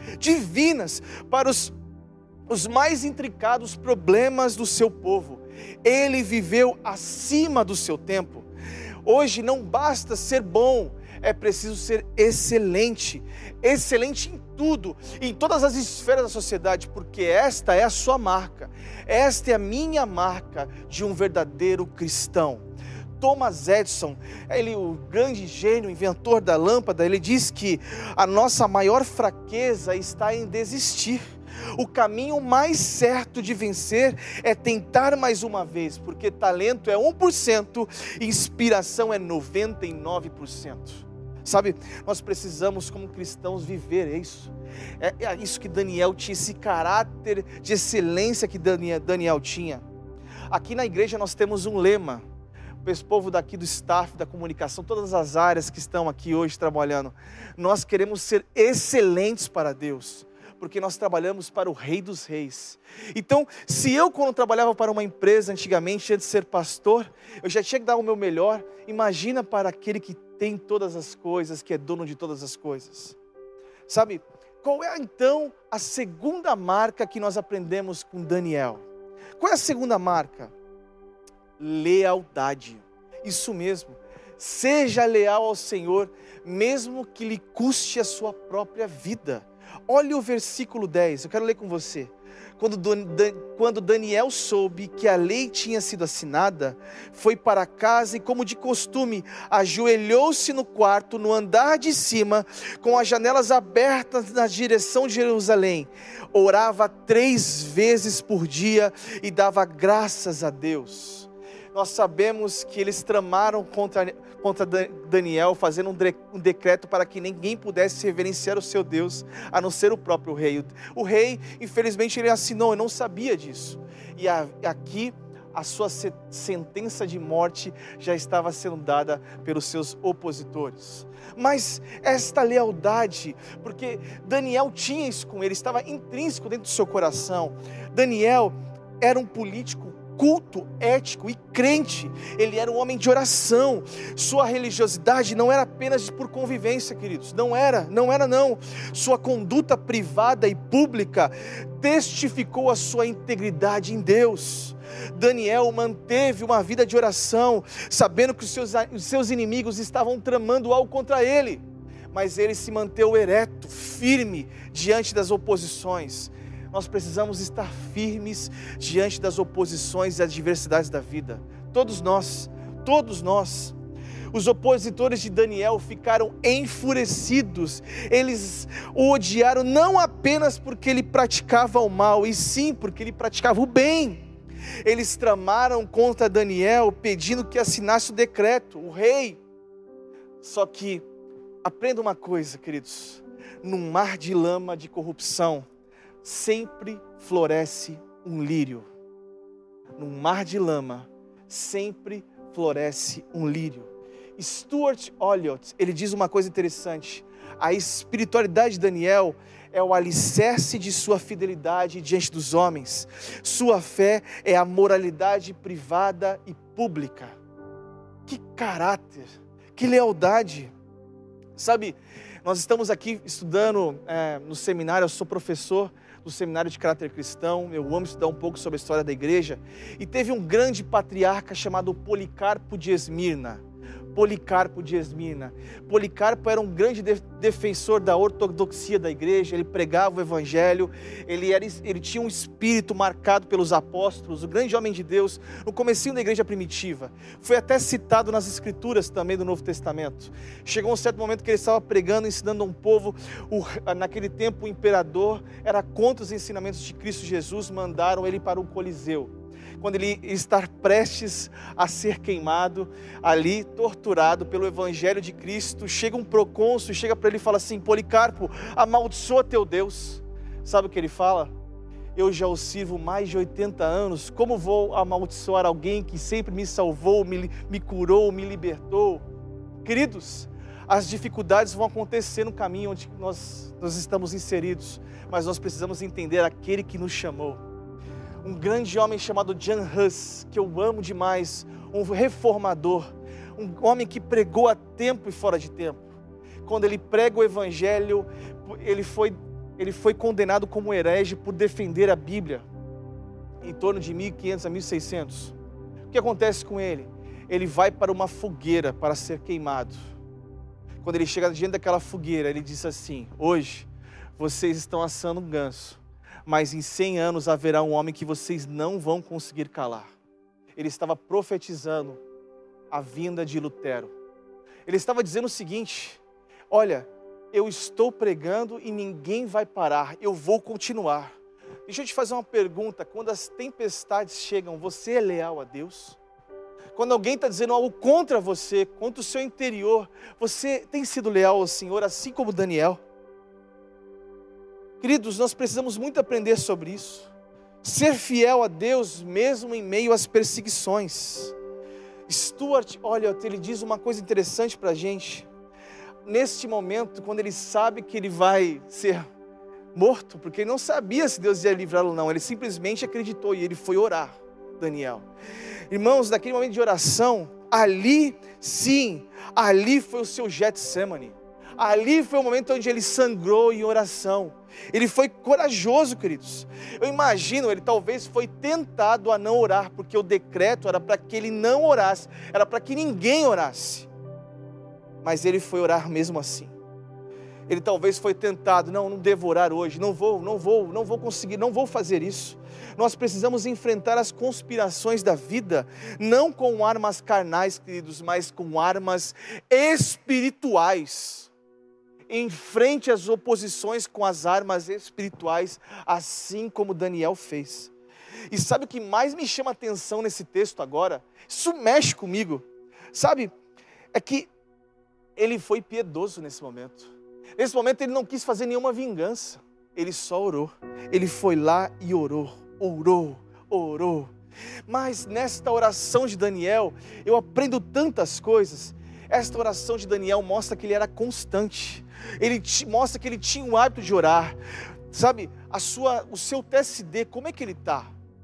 para os mais intricados problemas do seu povo. Ele viveu acima do seu tempo. Hoje não basta ser bom, é preciso ser excelente. Excelente em tudo, em todas as esferas da sociedade, porque esta é a sua marca. Esta é a minha marca de um verdadeiro cristão. Thomas Edison, ele, o grande gênio, inventor da lâmpada, ele diz que a nossa maior fraqueza está em desistir. O caminho mais certo de vencer é tentar mais uma vez, porque talento é 1%, inspiração é 99%. Sabe, nós precisamos como cristãos viver isso. É isso que Daniel tinha, esse caráter de excelência que Daniel tinha. Aqui na igreja nós temos um lema. O povo daqui do staff, da comunicação, todas as áreas que estão aqui hoje trabalhando, nós queremos ser excelentes para Deus, porque nós trabalhamos para o Rei dos Reis. Então, se eu, quando trabalhava para uma empresa antigamente, antes de ser pastor, eu já tinha que dar o meu melhor, imagina para aquele que tem todas as coisas, que é dono de todas as coisas. Sabe, qual é então a segunda marca que nós aprendemos com Daniel? Qual é a segunda marca? Lealdade. Isso mesmo. Seja leal ao Senhor, mesmo que lhe custe a sua própria vida. Olha o versículo 10, eu quero ler com você. Quando Daniel soube que a lei tinha sido assinada, foi para casa e, como de costume, ajoelhou-se no quarto, no andar de cima, com as janelas abertas na direção de Jerusalém. Orava 3 vezes por dia e dava graças a Deus. Nós sabemos que eles tramaram contra Daniel, fazendo um decreto para que ninguém pudesse reverenciar o seu Deus, a não ser o próprio rei. O rei, infelizmente, ele assinou, eu não sabia disso. E aqui, a sua sentença de morte já estava sendo dada pelos seus opositores. Mas esta lealdade, porque Daniel tinha isso com ele, estava intrínseco dentro do seu coração. Daniel era um político culto, ético e crente. Ele era um homem de oração. Sua religiosidade não era apenas por convivência, queridos. Não era. Sua conduta privada e pública testificou a sua integridade em Deus. Daniel manteve uma vida de oração, sabendo que os seus inimigos estavam tramando algo contra ele. Mas ele se manteve ereto, firme, diante das oposições. Nós precisamos estar firmes diante das oposições e adversidades da vida. Todos nós. Os opositores de Daniel ficaram enfurecidos. Eles o odiaram não apenas porque ele praticava o mal, e sim porque ele praticava o bem. Eles tramaram contra Daniel, pedindo que assinasse o decreto, o rei. Só que, aprenda uma coisa, queridos: num mar de lama de corrupção, sempre floresce um lírio. Num mar de lama, sempre floresce um lírio. Stuart Olliott, ele diz uma coisa interessante: a espiritualidade de Daniel é o alicerce de sua fidelidade diante dos homens. Sua fé é a moralidade privada e pública. Que caráter, que lealdade. Sabe, nós estamos aqui estudando no seminário, eu sou professor do seminário de caráter cristão, eu amo estudar um pouco sobre a história da igreja, e teve um grande patriarca chamado Policarpo de Esmirna. Policarpo era um grande defensor da ortodoxia da igreja, ele pregava o evangelho, ele tinha um espírito marcado pelos apóstolos, o grande homem de Deus, no comecinho da igreja primitiva. Foi até citado nas escrituras também do Novo Testamento. Chegou um certo momento que ele estava pregando, ensinando a um povo, naquele tempo o imperador era contra os ensinamentos de Cristo Jesus, mandaram ele para o Coliseu. Quando ele está prestes a ser queimado, ali, torturado pelo evangelho de Cristo, chega um procônsul, chega para ele e fala assim: Policarpo, amaldiçoa teu Deus. Sabe o que ele fala? Eu já o sirvo mais de 80 anos, como vou amaldiçoar alguém que sempre me salvou, me curou, me libertou? Queridos, as dificuldades vão acontecer no caminho onde nós estamos inseridos, mas nós precisamos entender aquele que nos chamou. Um grande homem chamado John Huss, que eu amo demais, um reformador, um homem que pregou a tempo e fora de tempo. Quando ele prega o evangelho, ele foi condenado como herege por defender a Bíblia, em torno de 1500 a 1600. O que acontece com ele? Ele vai para uma fogueira para ser queimado. Quando ele chega diante daquela fogueira, ele diz assim: hoje vocês estão assando um ganso, mas em 100 anos haverá um homem que vocês não vão conseguir calar. Ele estava profetizando a vinda de Lutero. Ele estava dizendo o seguinte: olha, eu estou pregando e ninguém vai parar, eu vou continuar. Deixa eu te fazer uma pergunta: quando as tempestades chegam, você é leal a Deus? Quando alguém está dizendo algo contra você, contra o seu interior, você tem sido leal ao Senhor, assim como Daniel? Queridos, nós precisamos muito aprender sobre isso. Ser fiel a Deus mesmo em meio às perseguições. Stuart Olliott, ele diz uma coisa interessante para a gente. Neste momento, quando ele sabe que ele vai ser morto, porque ele não sabia se Deus ia livrá-lo ou não, ele simplesmente acreditou e ele foi orar, Daniel. Irmãos, naquele momento de oração, ali sim, ali foi o seu Getsemane. Ali foi o momento onde ele sangrou em oração. Ele foi corajoso, queridos. Eu imagino, ele talvez foi tentado a não orar, porque o decreto era para que ele não orasse, era para que ninguém orasse. Mas ele foi orar mesmo assim. Ele talvez foi tentado: não devo orar hoje, não vou conseguir, não vou fazer isso. Nós precisamos enfrentar as conspirações da vida, não com armas carnais, queridos, mas com armas espirituais. Enfrente as oposições com as armas espirituais, assim como Daniel fez. E sabe o que mais me chama a atenção nesse texto agora? Isso mexe comigo. Sabe? É que ele foi piedoso nesse momento. Nesse momento ele não quis fazer nenhuma vingança. Ele só orou. Ele foi lá e orou. Orou. Mas nesta oração de Daniel, eu aprendo tantas coisas. Esta oração de Daniel mostra que ele era constante. Ele mostra que ele tinha o hábito de orar. Sabe, o seu TSD, como é que ele está?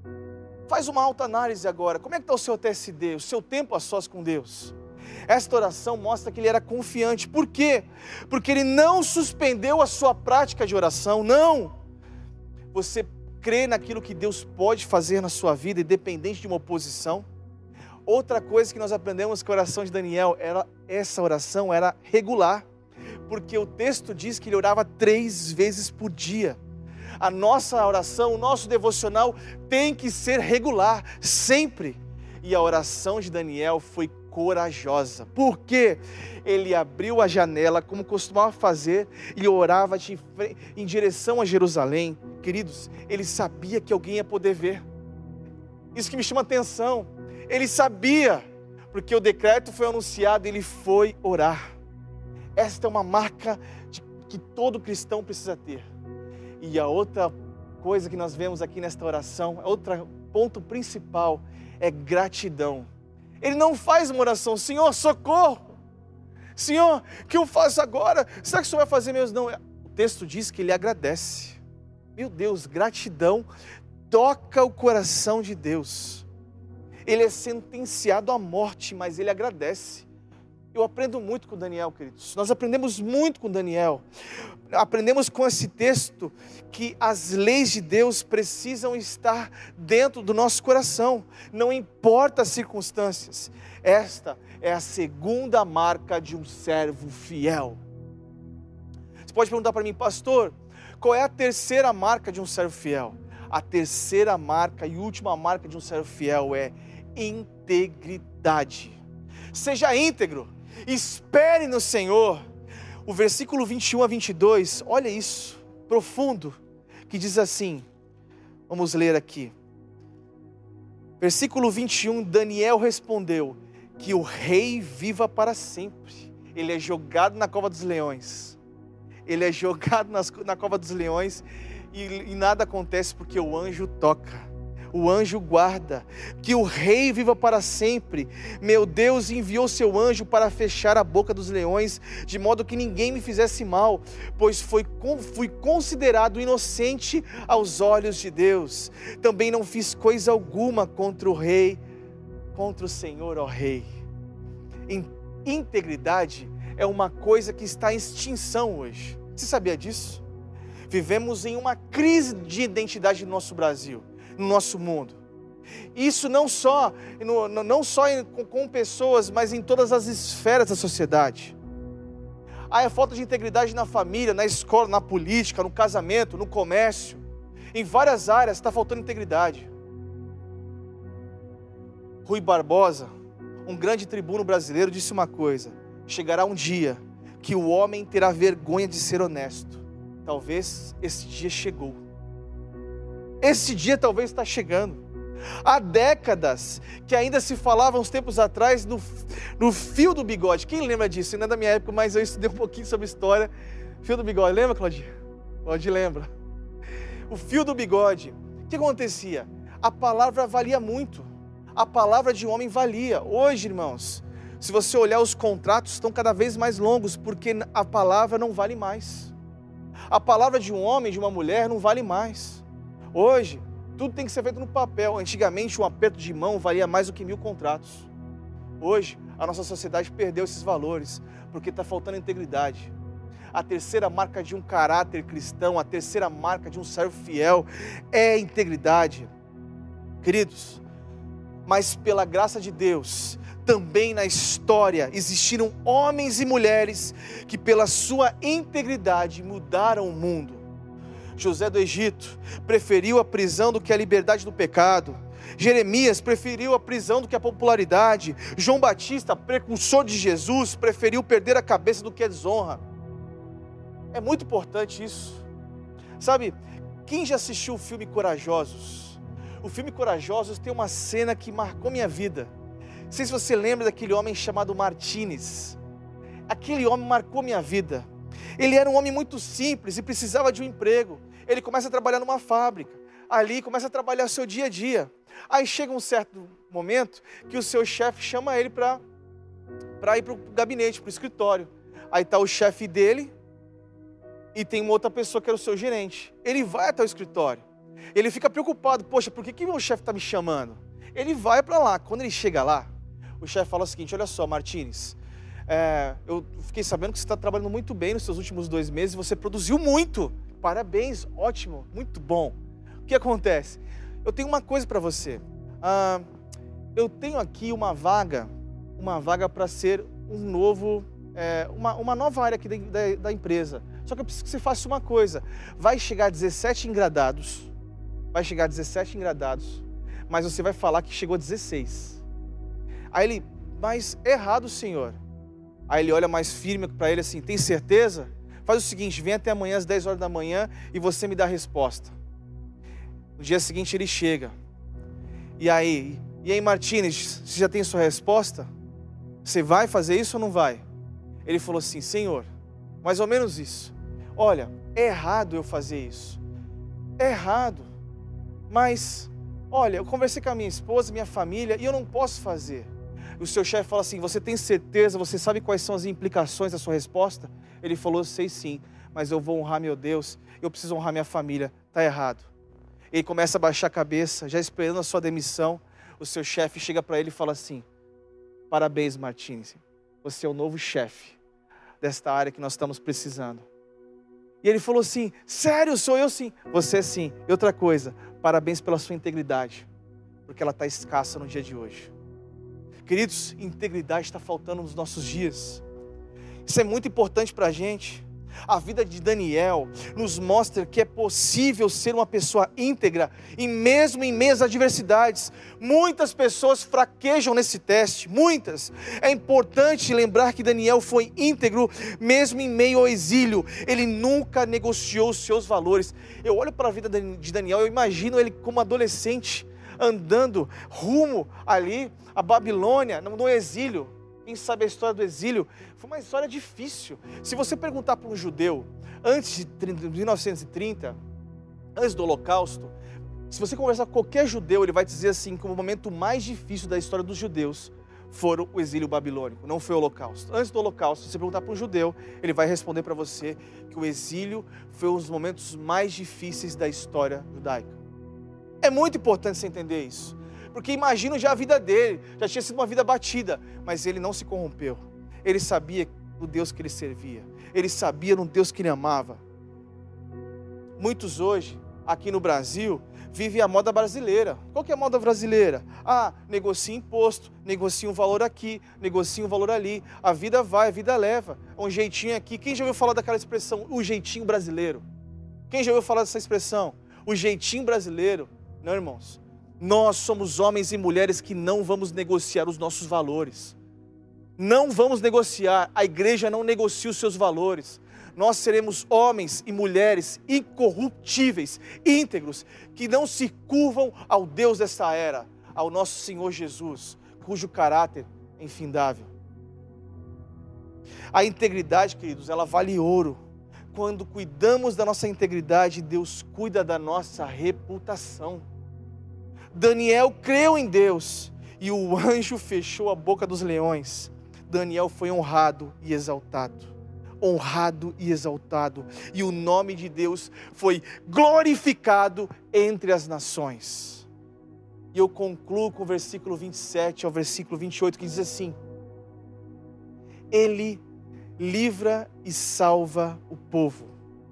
Faz uma autoanálise agora. Como é que está o seu TSD, o seu tempo a sós com Deus? Esta oração mostra que ele era confiante. Por quê? Porque ele não suspendeu a sua prática de oração. Não! Você crê naquilo que Deus pode fazer na sua vida, independente de uma oposição? Outra coisa que nós aprendemos com a oração de Daniel, essa oração era regular. Porque o texto diz que ele orava 3 vezes por dia. A nossa oração, o nosso devocional tem que ser regular, sempre. E a oração de Daniel foi corajosa. Por quê? Ele abriu a janela, como costumava fazer, e orava em direção a Jerusalém. Queridos, ele sabia que alguém ia poder ver. Isso que me chama a atenção. Ele sabia, porque o decreto foi anunciado, ele foi orar. Esta é uma marca que todo cristão precisa ter. E a outra coisa que nós vemos aqui nesta oração, outro ponto principal, é gratidão. Ele não faz uma oração, Senhor, socorro! Senhor, o que eu faço agora? Será que o Senhor vai fazer mesmo? Não, o texto diz que ele agradece. Meu Deus, gratidão toca o coração de Deus. Ele é sentenciado à morte, mas ele agradece. Eu aprendo muito com Daniel, queridos. Nós aprendemos muito com Daniel. Aprendemos com esse texto que as leis de Deus precisam estar dentro do nosso coração. Não importa as circunstâncias. Esta é a segunda marca de um servo fiel. Você pode perguntar para mim, pastor, qual é a terceira marca de um servo fiel? A terceira marca e última marca de um servo fiel é integridade. Seja íntegro. Espere no Senhor. O versículo 21 a 22, olha isso, profundo, que diz assim, vamos ler aqui. Versículo 21, Daniel respondeu, que o rei viva para sempre. Ele é jogado na cova dos leões. Ele é jogado na cova dos leões e nada acontece porque o anjo toca. O anjo guarda, que o rei viva para sempre. Meu Deus enviou seu anjo para fechar a boca dos leões, de modo que ninguém me fizesse mal, pois fui considerado inocente aos olhos de Deus. Também não fiz coisa alguma contra o rei, contra o Senhor, ó rei. Integridade é uma coisa que está em extinção hoje. Você sabia disso? Vivemos em uma crise de identidade no nosso Brasil, no nosso mundo. Isso não só com pessoas, mas em todas as esferas da sociedade. Há a falta de integridade na família, na escola, na política, no casamento, no comércio. Em várias áreas está faltando integridade. Rui Barbosa, um grande tribuno brasileiro, disse uma coisa: chegará um dia que o homem terá vergonha de ser honesto. Talvez esse dia chegou. Esse dia talvez está chegando. Há décadas que ainda se falava uns tempos atrás no fio do bigode. Quem lembra disso? Não é da minha época, mas eu estudei um pouquinho sobre história. Fio do bigode, lembra, Claudinha? Claudinha lembra. O fio do bigode. O que acontecia? A palavra valia muito. A palavra de um homem valia. Hoje, irmãos, se você olhar, os contratos estão cada vez mais longos, porque a palavra não vale mais. A palavra de um homem, de uma mulher, não vale mais. Hoje, tudo tem que ser feito no papel. Antigamente, um aperto de mão valia mais do que 1000 contratos. Hoje, a nossa sociedade perdeu esses valores, porque está faltando integridade. A terceira marca de um caráter cristão, a terceira marca de um servo fiel é a integridade. Queridos, mas pela graça de Deus, também na história existiram homens e mulheres que pela sua integridade mudaram o mundo. José do Egito preferiu a prisão do que a liberdade do pecado. Jeremias preferiu a prisão do que a popularidade. João Batista, precursor de Jesus, preferiu perder a cabeça do que a desonra. É muito importante isso. Sabe, quem já assistiu o filme Corajosos? O filme Corajosos tem uma cena que marcou minha vida. Não sei se você lembra daquele homem chamado Martínez. Aquele homem marcou minha vida. Ele era um homem muito simples e precisava de um emprego. Ele começa a trabalhar numa fábrica. Ali começa a trabalhar seu dia a dia. Aí chega um certo momento que o seu chefe chama ele para ir para o gabinete, para o escritório. Aí está o chefe dele e tem uma outra pessoa que era o seu gerente. Ele vai até o escritório. Ele fica preocupado. Poxa, por que meu chefe está me chamando? Ele vai para lá. Quando ele chega lá, o chefe fala o seguinte: olha só, Martínez, eu fiquei sabendo que você está trabalhando muito bem nos seus últimos 2 meses. Você produziu muito. Parabéns, ótimo, muito bom. O que acontece? Eu tenho uma coisa para você. Eu tenho aqui uma vaga para ser uma nova área aqui da empresa. Só que eu preciso que você faça uma coisa. Vai chegar 17 engradados, mas você vai falar que chegou 16. Aí ele, mas errado, senhor. Aí ele olha mais firme para ele assim: tem certeza? Faz o seguinte, vem até amanhã às 10 horas da manhã e você me dá a resposta. No dia seguinte ele chega. E aí Martínez, você já tem sua resposta? Você vai fazer isso ou não vai? Ele falou assim: senhor, mais ou menos isso. Olha, é errado eu fazer isso. É errado. Mas, olha, eu conversei com a minha esposa, minha família, e eu não posso fazer. E o seu chefe fala assim: você tem certeza? Você sabe quais são as implicações da sua resposta? Ele falou: sei sim, mas eu vou honrar meu Deus, eu preciso honrar minha família. Está errado. Ele começa a baixar a cabeça, já esperando a sua demissão. O seu chefe chega para ele e fala assim: parabéns, Martínez, você é o novo chefe desta área que nós estamos precisando. E ele falou assim: sério, sou eu sim? Você sim. E outra coisa, parabéns pela sua integridade, porque ela está escassa no dia de hoje. Queridos, integridade está faltando nos nossos dias. Isso é muito importante para a gente. A vida de Daniel nos mostra que é possível ser uma pessoa íntegra e mesmo em meio às adversidades. Muitas pessoas fraquejam nesse teste, muitas. É importante lembrar que Daniel foi íntegro mesmo em meio ao exílio. Ele nunca negociou os seus valores. Eu olho para a vida de Daniel, eu imagino ele como adolescente andando rumo ali a Babilônia, no exílio. Quem sabe a história do exílio foi uma história difícil. Se você perguntar para um judeu, antes de 1930, antes do Holocausto, se você conversar com qualquer judeu, ele vai dizer assim, que o momento mais difícil da história dos judeus foram o exílio babilônico, não foi o Holocausto. Antes do Holocausto, se você perguntar para um judeu, ele vai responder para você que o exílio foi um dos momentos mais difíceis da história judaica. É muito importante você entender isso. Porque imagino já a vida dele, já tinha sido uma vida batida, mas ele não se corrompeu. Ele sabia no Deus que ele servia, ele sabia no Deus que ele amava. Muitos hoje, aqui no Brasil, vivem a moda brasileira. Qual que é a moda brasileira? Negocia imposto, negocia um valor aqui, negocia um valor ali. A vida vai, a vida leva. Um jeitinho aqui. Quem já ouviu falar daquela expressão, o jeitinho brasileiro? Quem já ouviu falar dessa expressão? O jeitinho brasileiro? Não, irmãos. Nós somos homens e mulheres que não vamos negociar os nossos valores. Não vamos negociar. A igreja não negocia os seus valores. Nós seremos homens e mulheres incorruptíveis, íntegros, que não se curvam ao Deus dessa era, ao nosso Senhor Jesus, cujo caráter é infindável. A integridade, queridos, ela vale ouro. Quando cuidamos da nossa integridade, Deus cuida da nossa reputação. Daniel creu em Deus e o anjo fechou a boca dos leões. Daniel foi honrado e exaltado. Honrado e exaltado. E o nome de Deus foi glorificado entre as nações. E eu concluo com o versículo 27 ao versículo 28, que diz assim: Ele livra e salva o povo.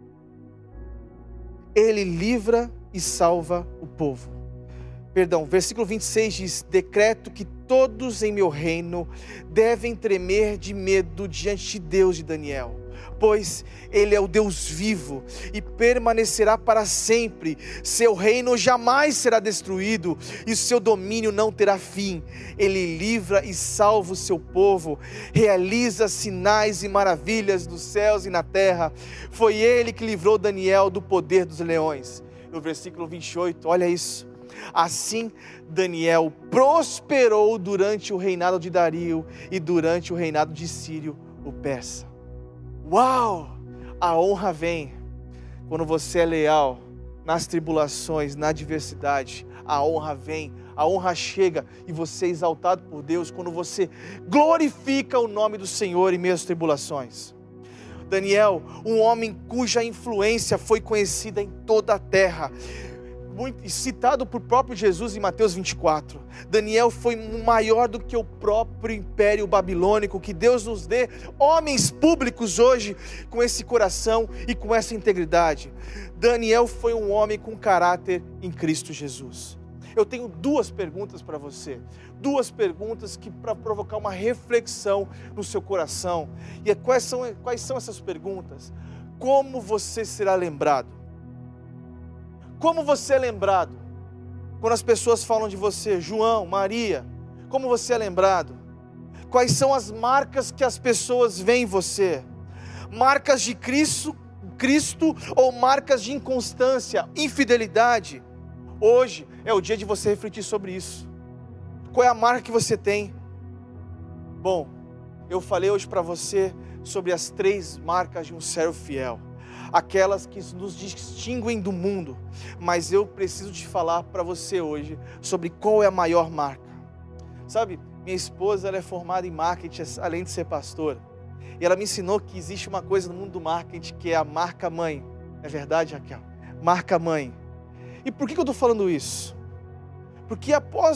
Ele livra e salva o povo. Versículo 26 diz: decreto que todos em meu reino devem tremer de medo diante de Deus de Daniel, pois Ele é o Deus vivo e permanecerá para sempre. Seu reino jamais será destruído e o seu domínio não terá fim. Ele livra e salva o seu povo, realiza sinais e maravilhas nos céus e na terra. Foi Ele que livrou Daniel do poder dos leões. No versículo 28, olha isso. Assim, Daniel prosperou durante o reinado de Dario e durante o reinado de Círio, o persa. Uau! A honra vem quando você é leal nas tribulações, na adversidade. A honra vem, a honra chega e você é exaltado por Deus quando você glorifica o nome do Senhor em meio às tribulações. Daniel, um homem cuja influência foi conhecida em toda a terra, citado por próprio Jesus em Mateus 24. Daniel foi maior do que o próprio império babilônico. Que Deus nos dê homens públicos hoje com esse coração e com essa integridade. Daniel foi um homem com caráter em Cristo Jesus. Eu tenho duas perguntas para você, duas perguntas que para provocar uma reflexão no seu coração. E quais são essas perguntas? Como você será lembrado? Como você é lembrado? Quando as pessoas falam de você, João, Maria, como você é lembrado? Quais são as marcas que as pessoas veem em você? Marcas de Cristo ou marcas de inconstância, infidelidade? Hoje é o dia de você refletir sobre isso. Qual é a marca que você tem? Bom, eu falei hoje para você sobre as 3 marcas de um servo fiel. Aquelas que nos distinguem do mundo. Mas eu preciso te falar para você hoje sobre qual é a maior marca. Sabe, minha esposa ela é formada em marketing, além de ser pastora. E ela me ensinou que existe uma coisa no mundo do marketing que é a marca mãe. É verdade, Raquel? Marca mãe. E por que eu estou falando isso? Porque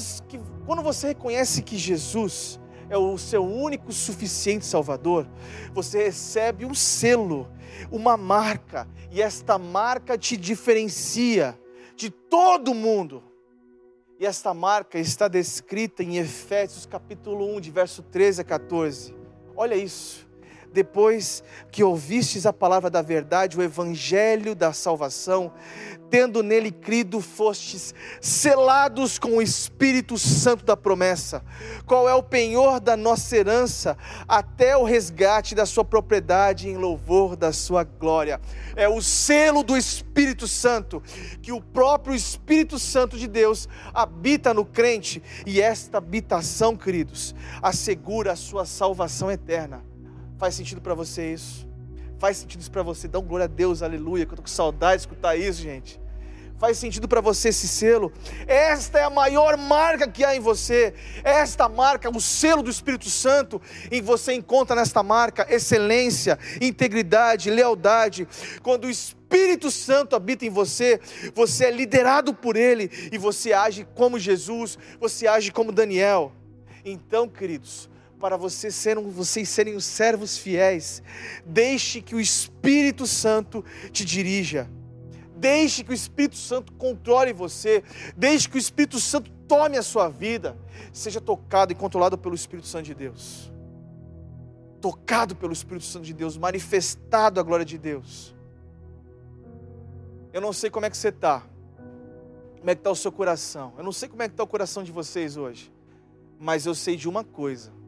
quando você reconhece que Jesus é o seu único suficiente Salvador, você recebe um selo, uma marca, e esta marca te diferencia de todo mundo. E esta marca está descrita em Efésios capítulo 1, de verso 13 a 14. Olha isso. Depois que ouvistes a palavra da verdade, o evangelho da salvação, tendo nele crido, fostes selados com o Espírito Santo da promessa, qual é o penhor da nossa herança, até o resgate da sua propriedade em louvor da sua glória. É o selo do Espírito Santo, que o próprio Espírito Santo de Deus habita no crente, e esta habitação, queridos, assegura a sua salvação eterna. Faz sentido para você isso? Faz sentido isso para você? Dá um glória a Deus, aleluia, que eu estou com saudade de escutar isso, gente. Faz sentido para você esse selo? Esta é a maior marca que há em você. Esta marca, o selo do Espírito Santo, e você encontra nesta marca excelência, integridade, lealdade. Quando o Espírito Santo habita em você, você é liderado por Ele, e você age como Jesus, você age como Daniel. Então, queridos, para vocês serem os servos fiéis, deixe que o Espírito Santo te dirija, deixe que o Espírito Santo controle você, deixe que o Espírito Santo tome a sua vida, seja tocado e controlado pelo Espírito Santo de Deus, tocado pelo Espírito Santo de Deus, manifestado a glória de Deus. Eu não sei como é que você está, como é que está o seu coração, eu não sei como é que está o coração de vocês hoje, mas eu sei de uma coisa: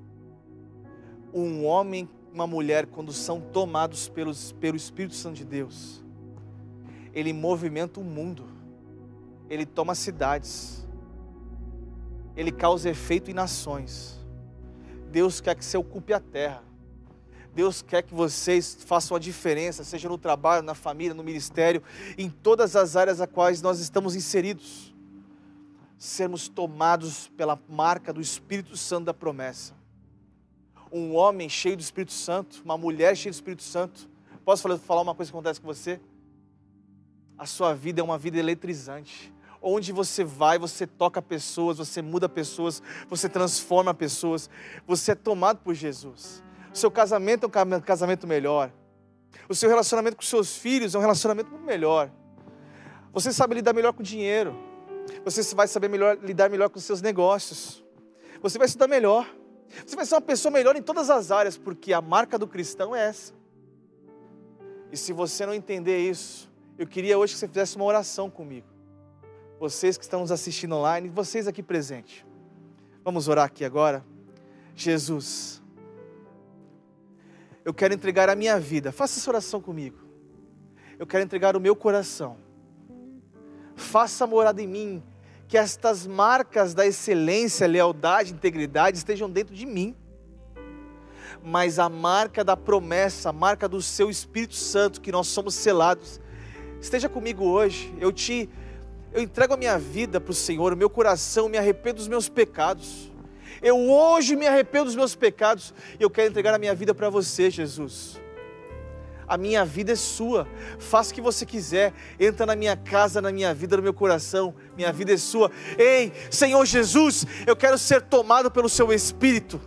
um homem e uma mulher, quando são tomados pelo Espírito Santo de Deus, ele movimenta o mundo, ele toma cidades, ele causa efeito em nações. Deus quer que você ocupe a terra, Deus quer que vocês façam a diferença, seja no trabalho, na família, no ministério, em todas as áreas as quais nós estamos inseridos. Sermos tomados pela marca do Espírito Santo da promessa. Um homem cheio do Espírito Santo, uma mulher cheia do Espírito Santo. Posso falar uma coisa que acontece com você? A sua vida é uma vida eletrizante. Onde você vai, você toca pessoas, você muda pessoas, você transforma pessoas. Você é tomado por Jesus. O seu casamento é um casamento melhor. O seu relacionamento com seus filhos é um relacionamento muito melhor. Você sabe lidar melhor com o dinheiro. Você vai saber lidar melhor com os seus negócios. Você vai estudar melhor. Você vai ser uma pessoa melhor em todas as áreas, porque a marca do cristão é essa. E se você não entender isso, eu queria hoje que você fizesse uma oração comigo. Vocês que estão nos assistindo online, vocês aqui presentes. Vamos orar aqui agora. Jesus, eu quero entregar a minha vida. Faça essa oração comigo. Eu quero entregar o meu coração. Faça morada em mim, que estas marcas da excelência, lealdade, integridade estejam dentro de mim. Mas a marca da promessa, a marca do seu Espírito Santo, que nós somos selados, esteja comigo hoje. Eu entrego a minha vida para o Senhor, o meu coração, me arrependo dos meus pecados. Eu hoje me arrependo dos meus pecados e eu quero entregar a minha vida para você, Jesus. A minha vida é sua, faça o que você quiser, entra na minha casa, na minha vida, no meu coração, minha vida é sua. Ei, Senhor Jesus, eu quero ser tomado pelo seu Espírito.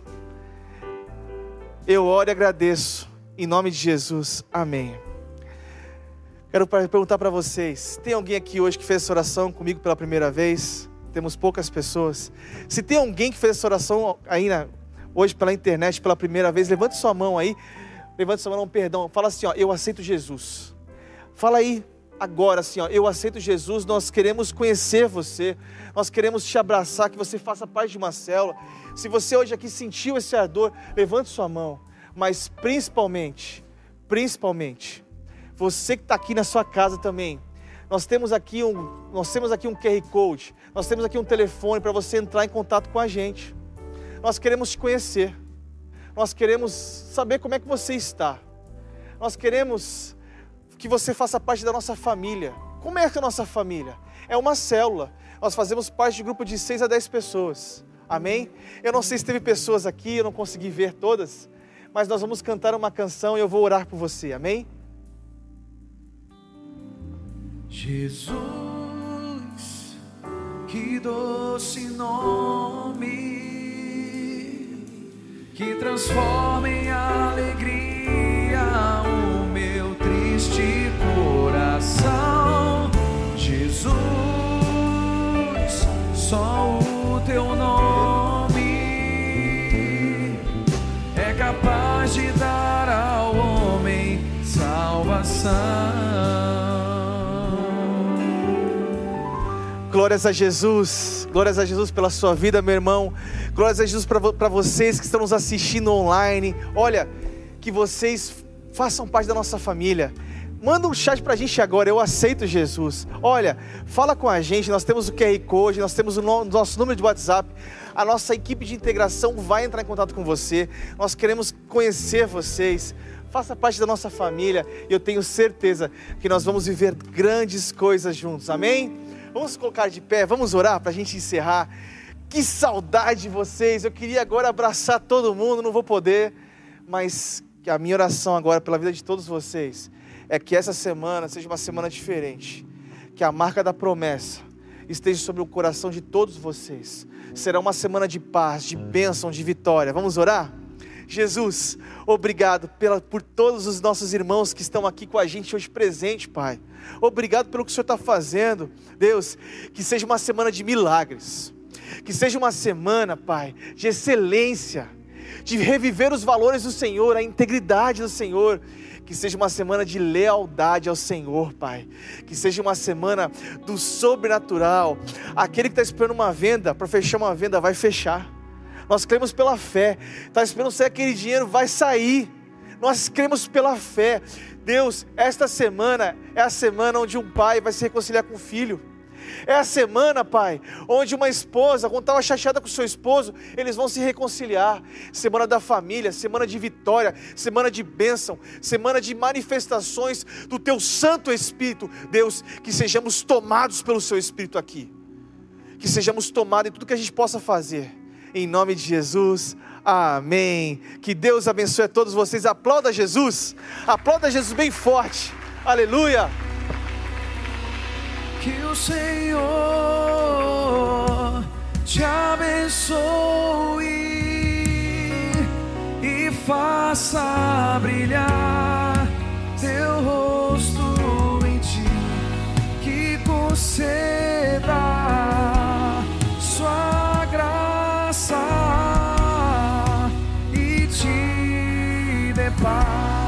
Eu oro e agradeço, em nome de Jesus, amém. Quero perguntar para vocês, tem alguém aqui hoje que fez essa oração comigo pela primeira vez? Temos poucas pessoas. Se tem alguém que fez essa oração aí hoje pela internet pela primeira vez, levante sua mão aí. Levante sua mão, perdão. Fala assim, ó, eu aceito Jesus. Fala aí agora assim, ó, eu aceito Jesus. Nós queremos conhecer você. Nós queremos te abraçar, que você faça parte de uma célula. Se você hoje aqui sentiu esse ardor, levante sua mão. Mas principalmente, você que está aqui na sua casa também. Nós temos aqui um QR Code. Nós temos aqui um telefone para você entrar em contato com a gente. Nós queremos te conhecer. Nós queremos saber como é que você está. Nós queremos que você faça parte da nossa família. Como é que é a nossa família? É uma célula. Nós fazemos parte de um grupo de 6 a 10 pessoas. Amém? Eu não sei se teve pessoas aqui, eu não consegui ver todas. Mas nós vamos cantar uma canção e eu vou orar por você. Amém? Jesus, que doce nome, que transforma em alegria o meu triste coração. Jesus, só o teu nome é capaz de dar ao homem salvação. Glórias a Jesus pela sua vida, meu irmão. Glórias a Jesus para vocês que estão nos assistindo online. Olha, que vocês façam parte da nossa família. Manda um chat pra gente agora, eu aceito Jesus. Olha, fala com a gente, nós temos o QR Code, nós temos o nosso número de WhatsApp. A nossa equipe de integração vai entrar em contato com você. Nós queremos conhecer vocês. Faça parte da nossa família e eu tenho certeza que nós vamos viver grandes coisas juntos, amém? Vamos colocar de pé, vamos orar para a gente encerrar. Que saudade de vocês, eu queria agora abraçar todo mundo, não vou poder, mas que a minha oração agora pela vida de todos vocês é que essa semana seja uma semana diferente, que a marca da promessa esteja sobre o coração de todos vocês. Será uma semana de paz, de bênção, de vitória. Vamos orar? Jesus, obrigado por todos os nossos irmãos que estão aqui com a gente hoje presente, Pai. Obrigado pelo que o Senhor está fazendo. Deus, que seja uma semana de milagres, que seja uma semana, Pai, de excelência, de reviver os valores do Senhor, a integridade do Senhor. Que seja uma semana de lealdade ao Senhor, Pai. Que seja uma semana do sobrenatural. Aquele que está esperando uma venda, para fechar uma venda, vai fechar. Nós cremos pela fé. Está esperando sair aquele dinheiro, vai sair. Nós cremos pela fé. Deus, esta semana é a semana onde um pai vai se reconciliar com o filho. É a semana, Pai, onde uma esposa, quando estava chateada com o seu esposo, eles vão se reconciliar. Semana da família, semana de vitória, semana de bênção, semana de manifestações do Teu Santo Espírito. Deus, que sejamos tomados pelo Seu Espírito aqui. Que sejamos tomados em tudo que a gente possa fazer. Em nome de Jesus, amém. Que Deus abençoe a todos vocês. Aplauda Jesus bem forte. Aleluia. Que o Senhor te abençoe e faça brilhar teu rosto em ti, que conceda sua graça e te dê paz.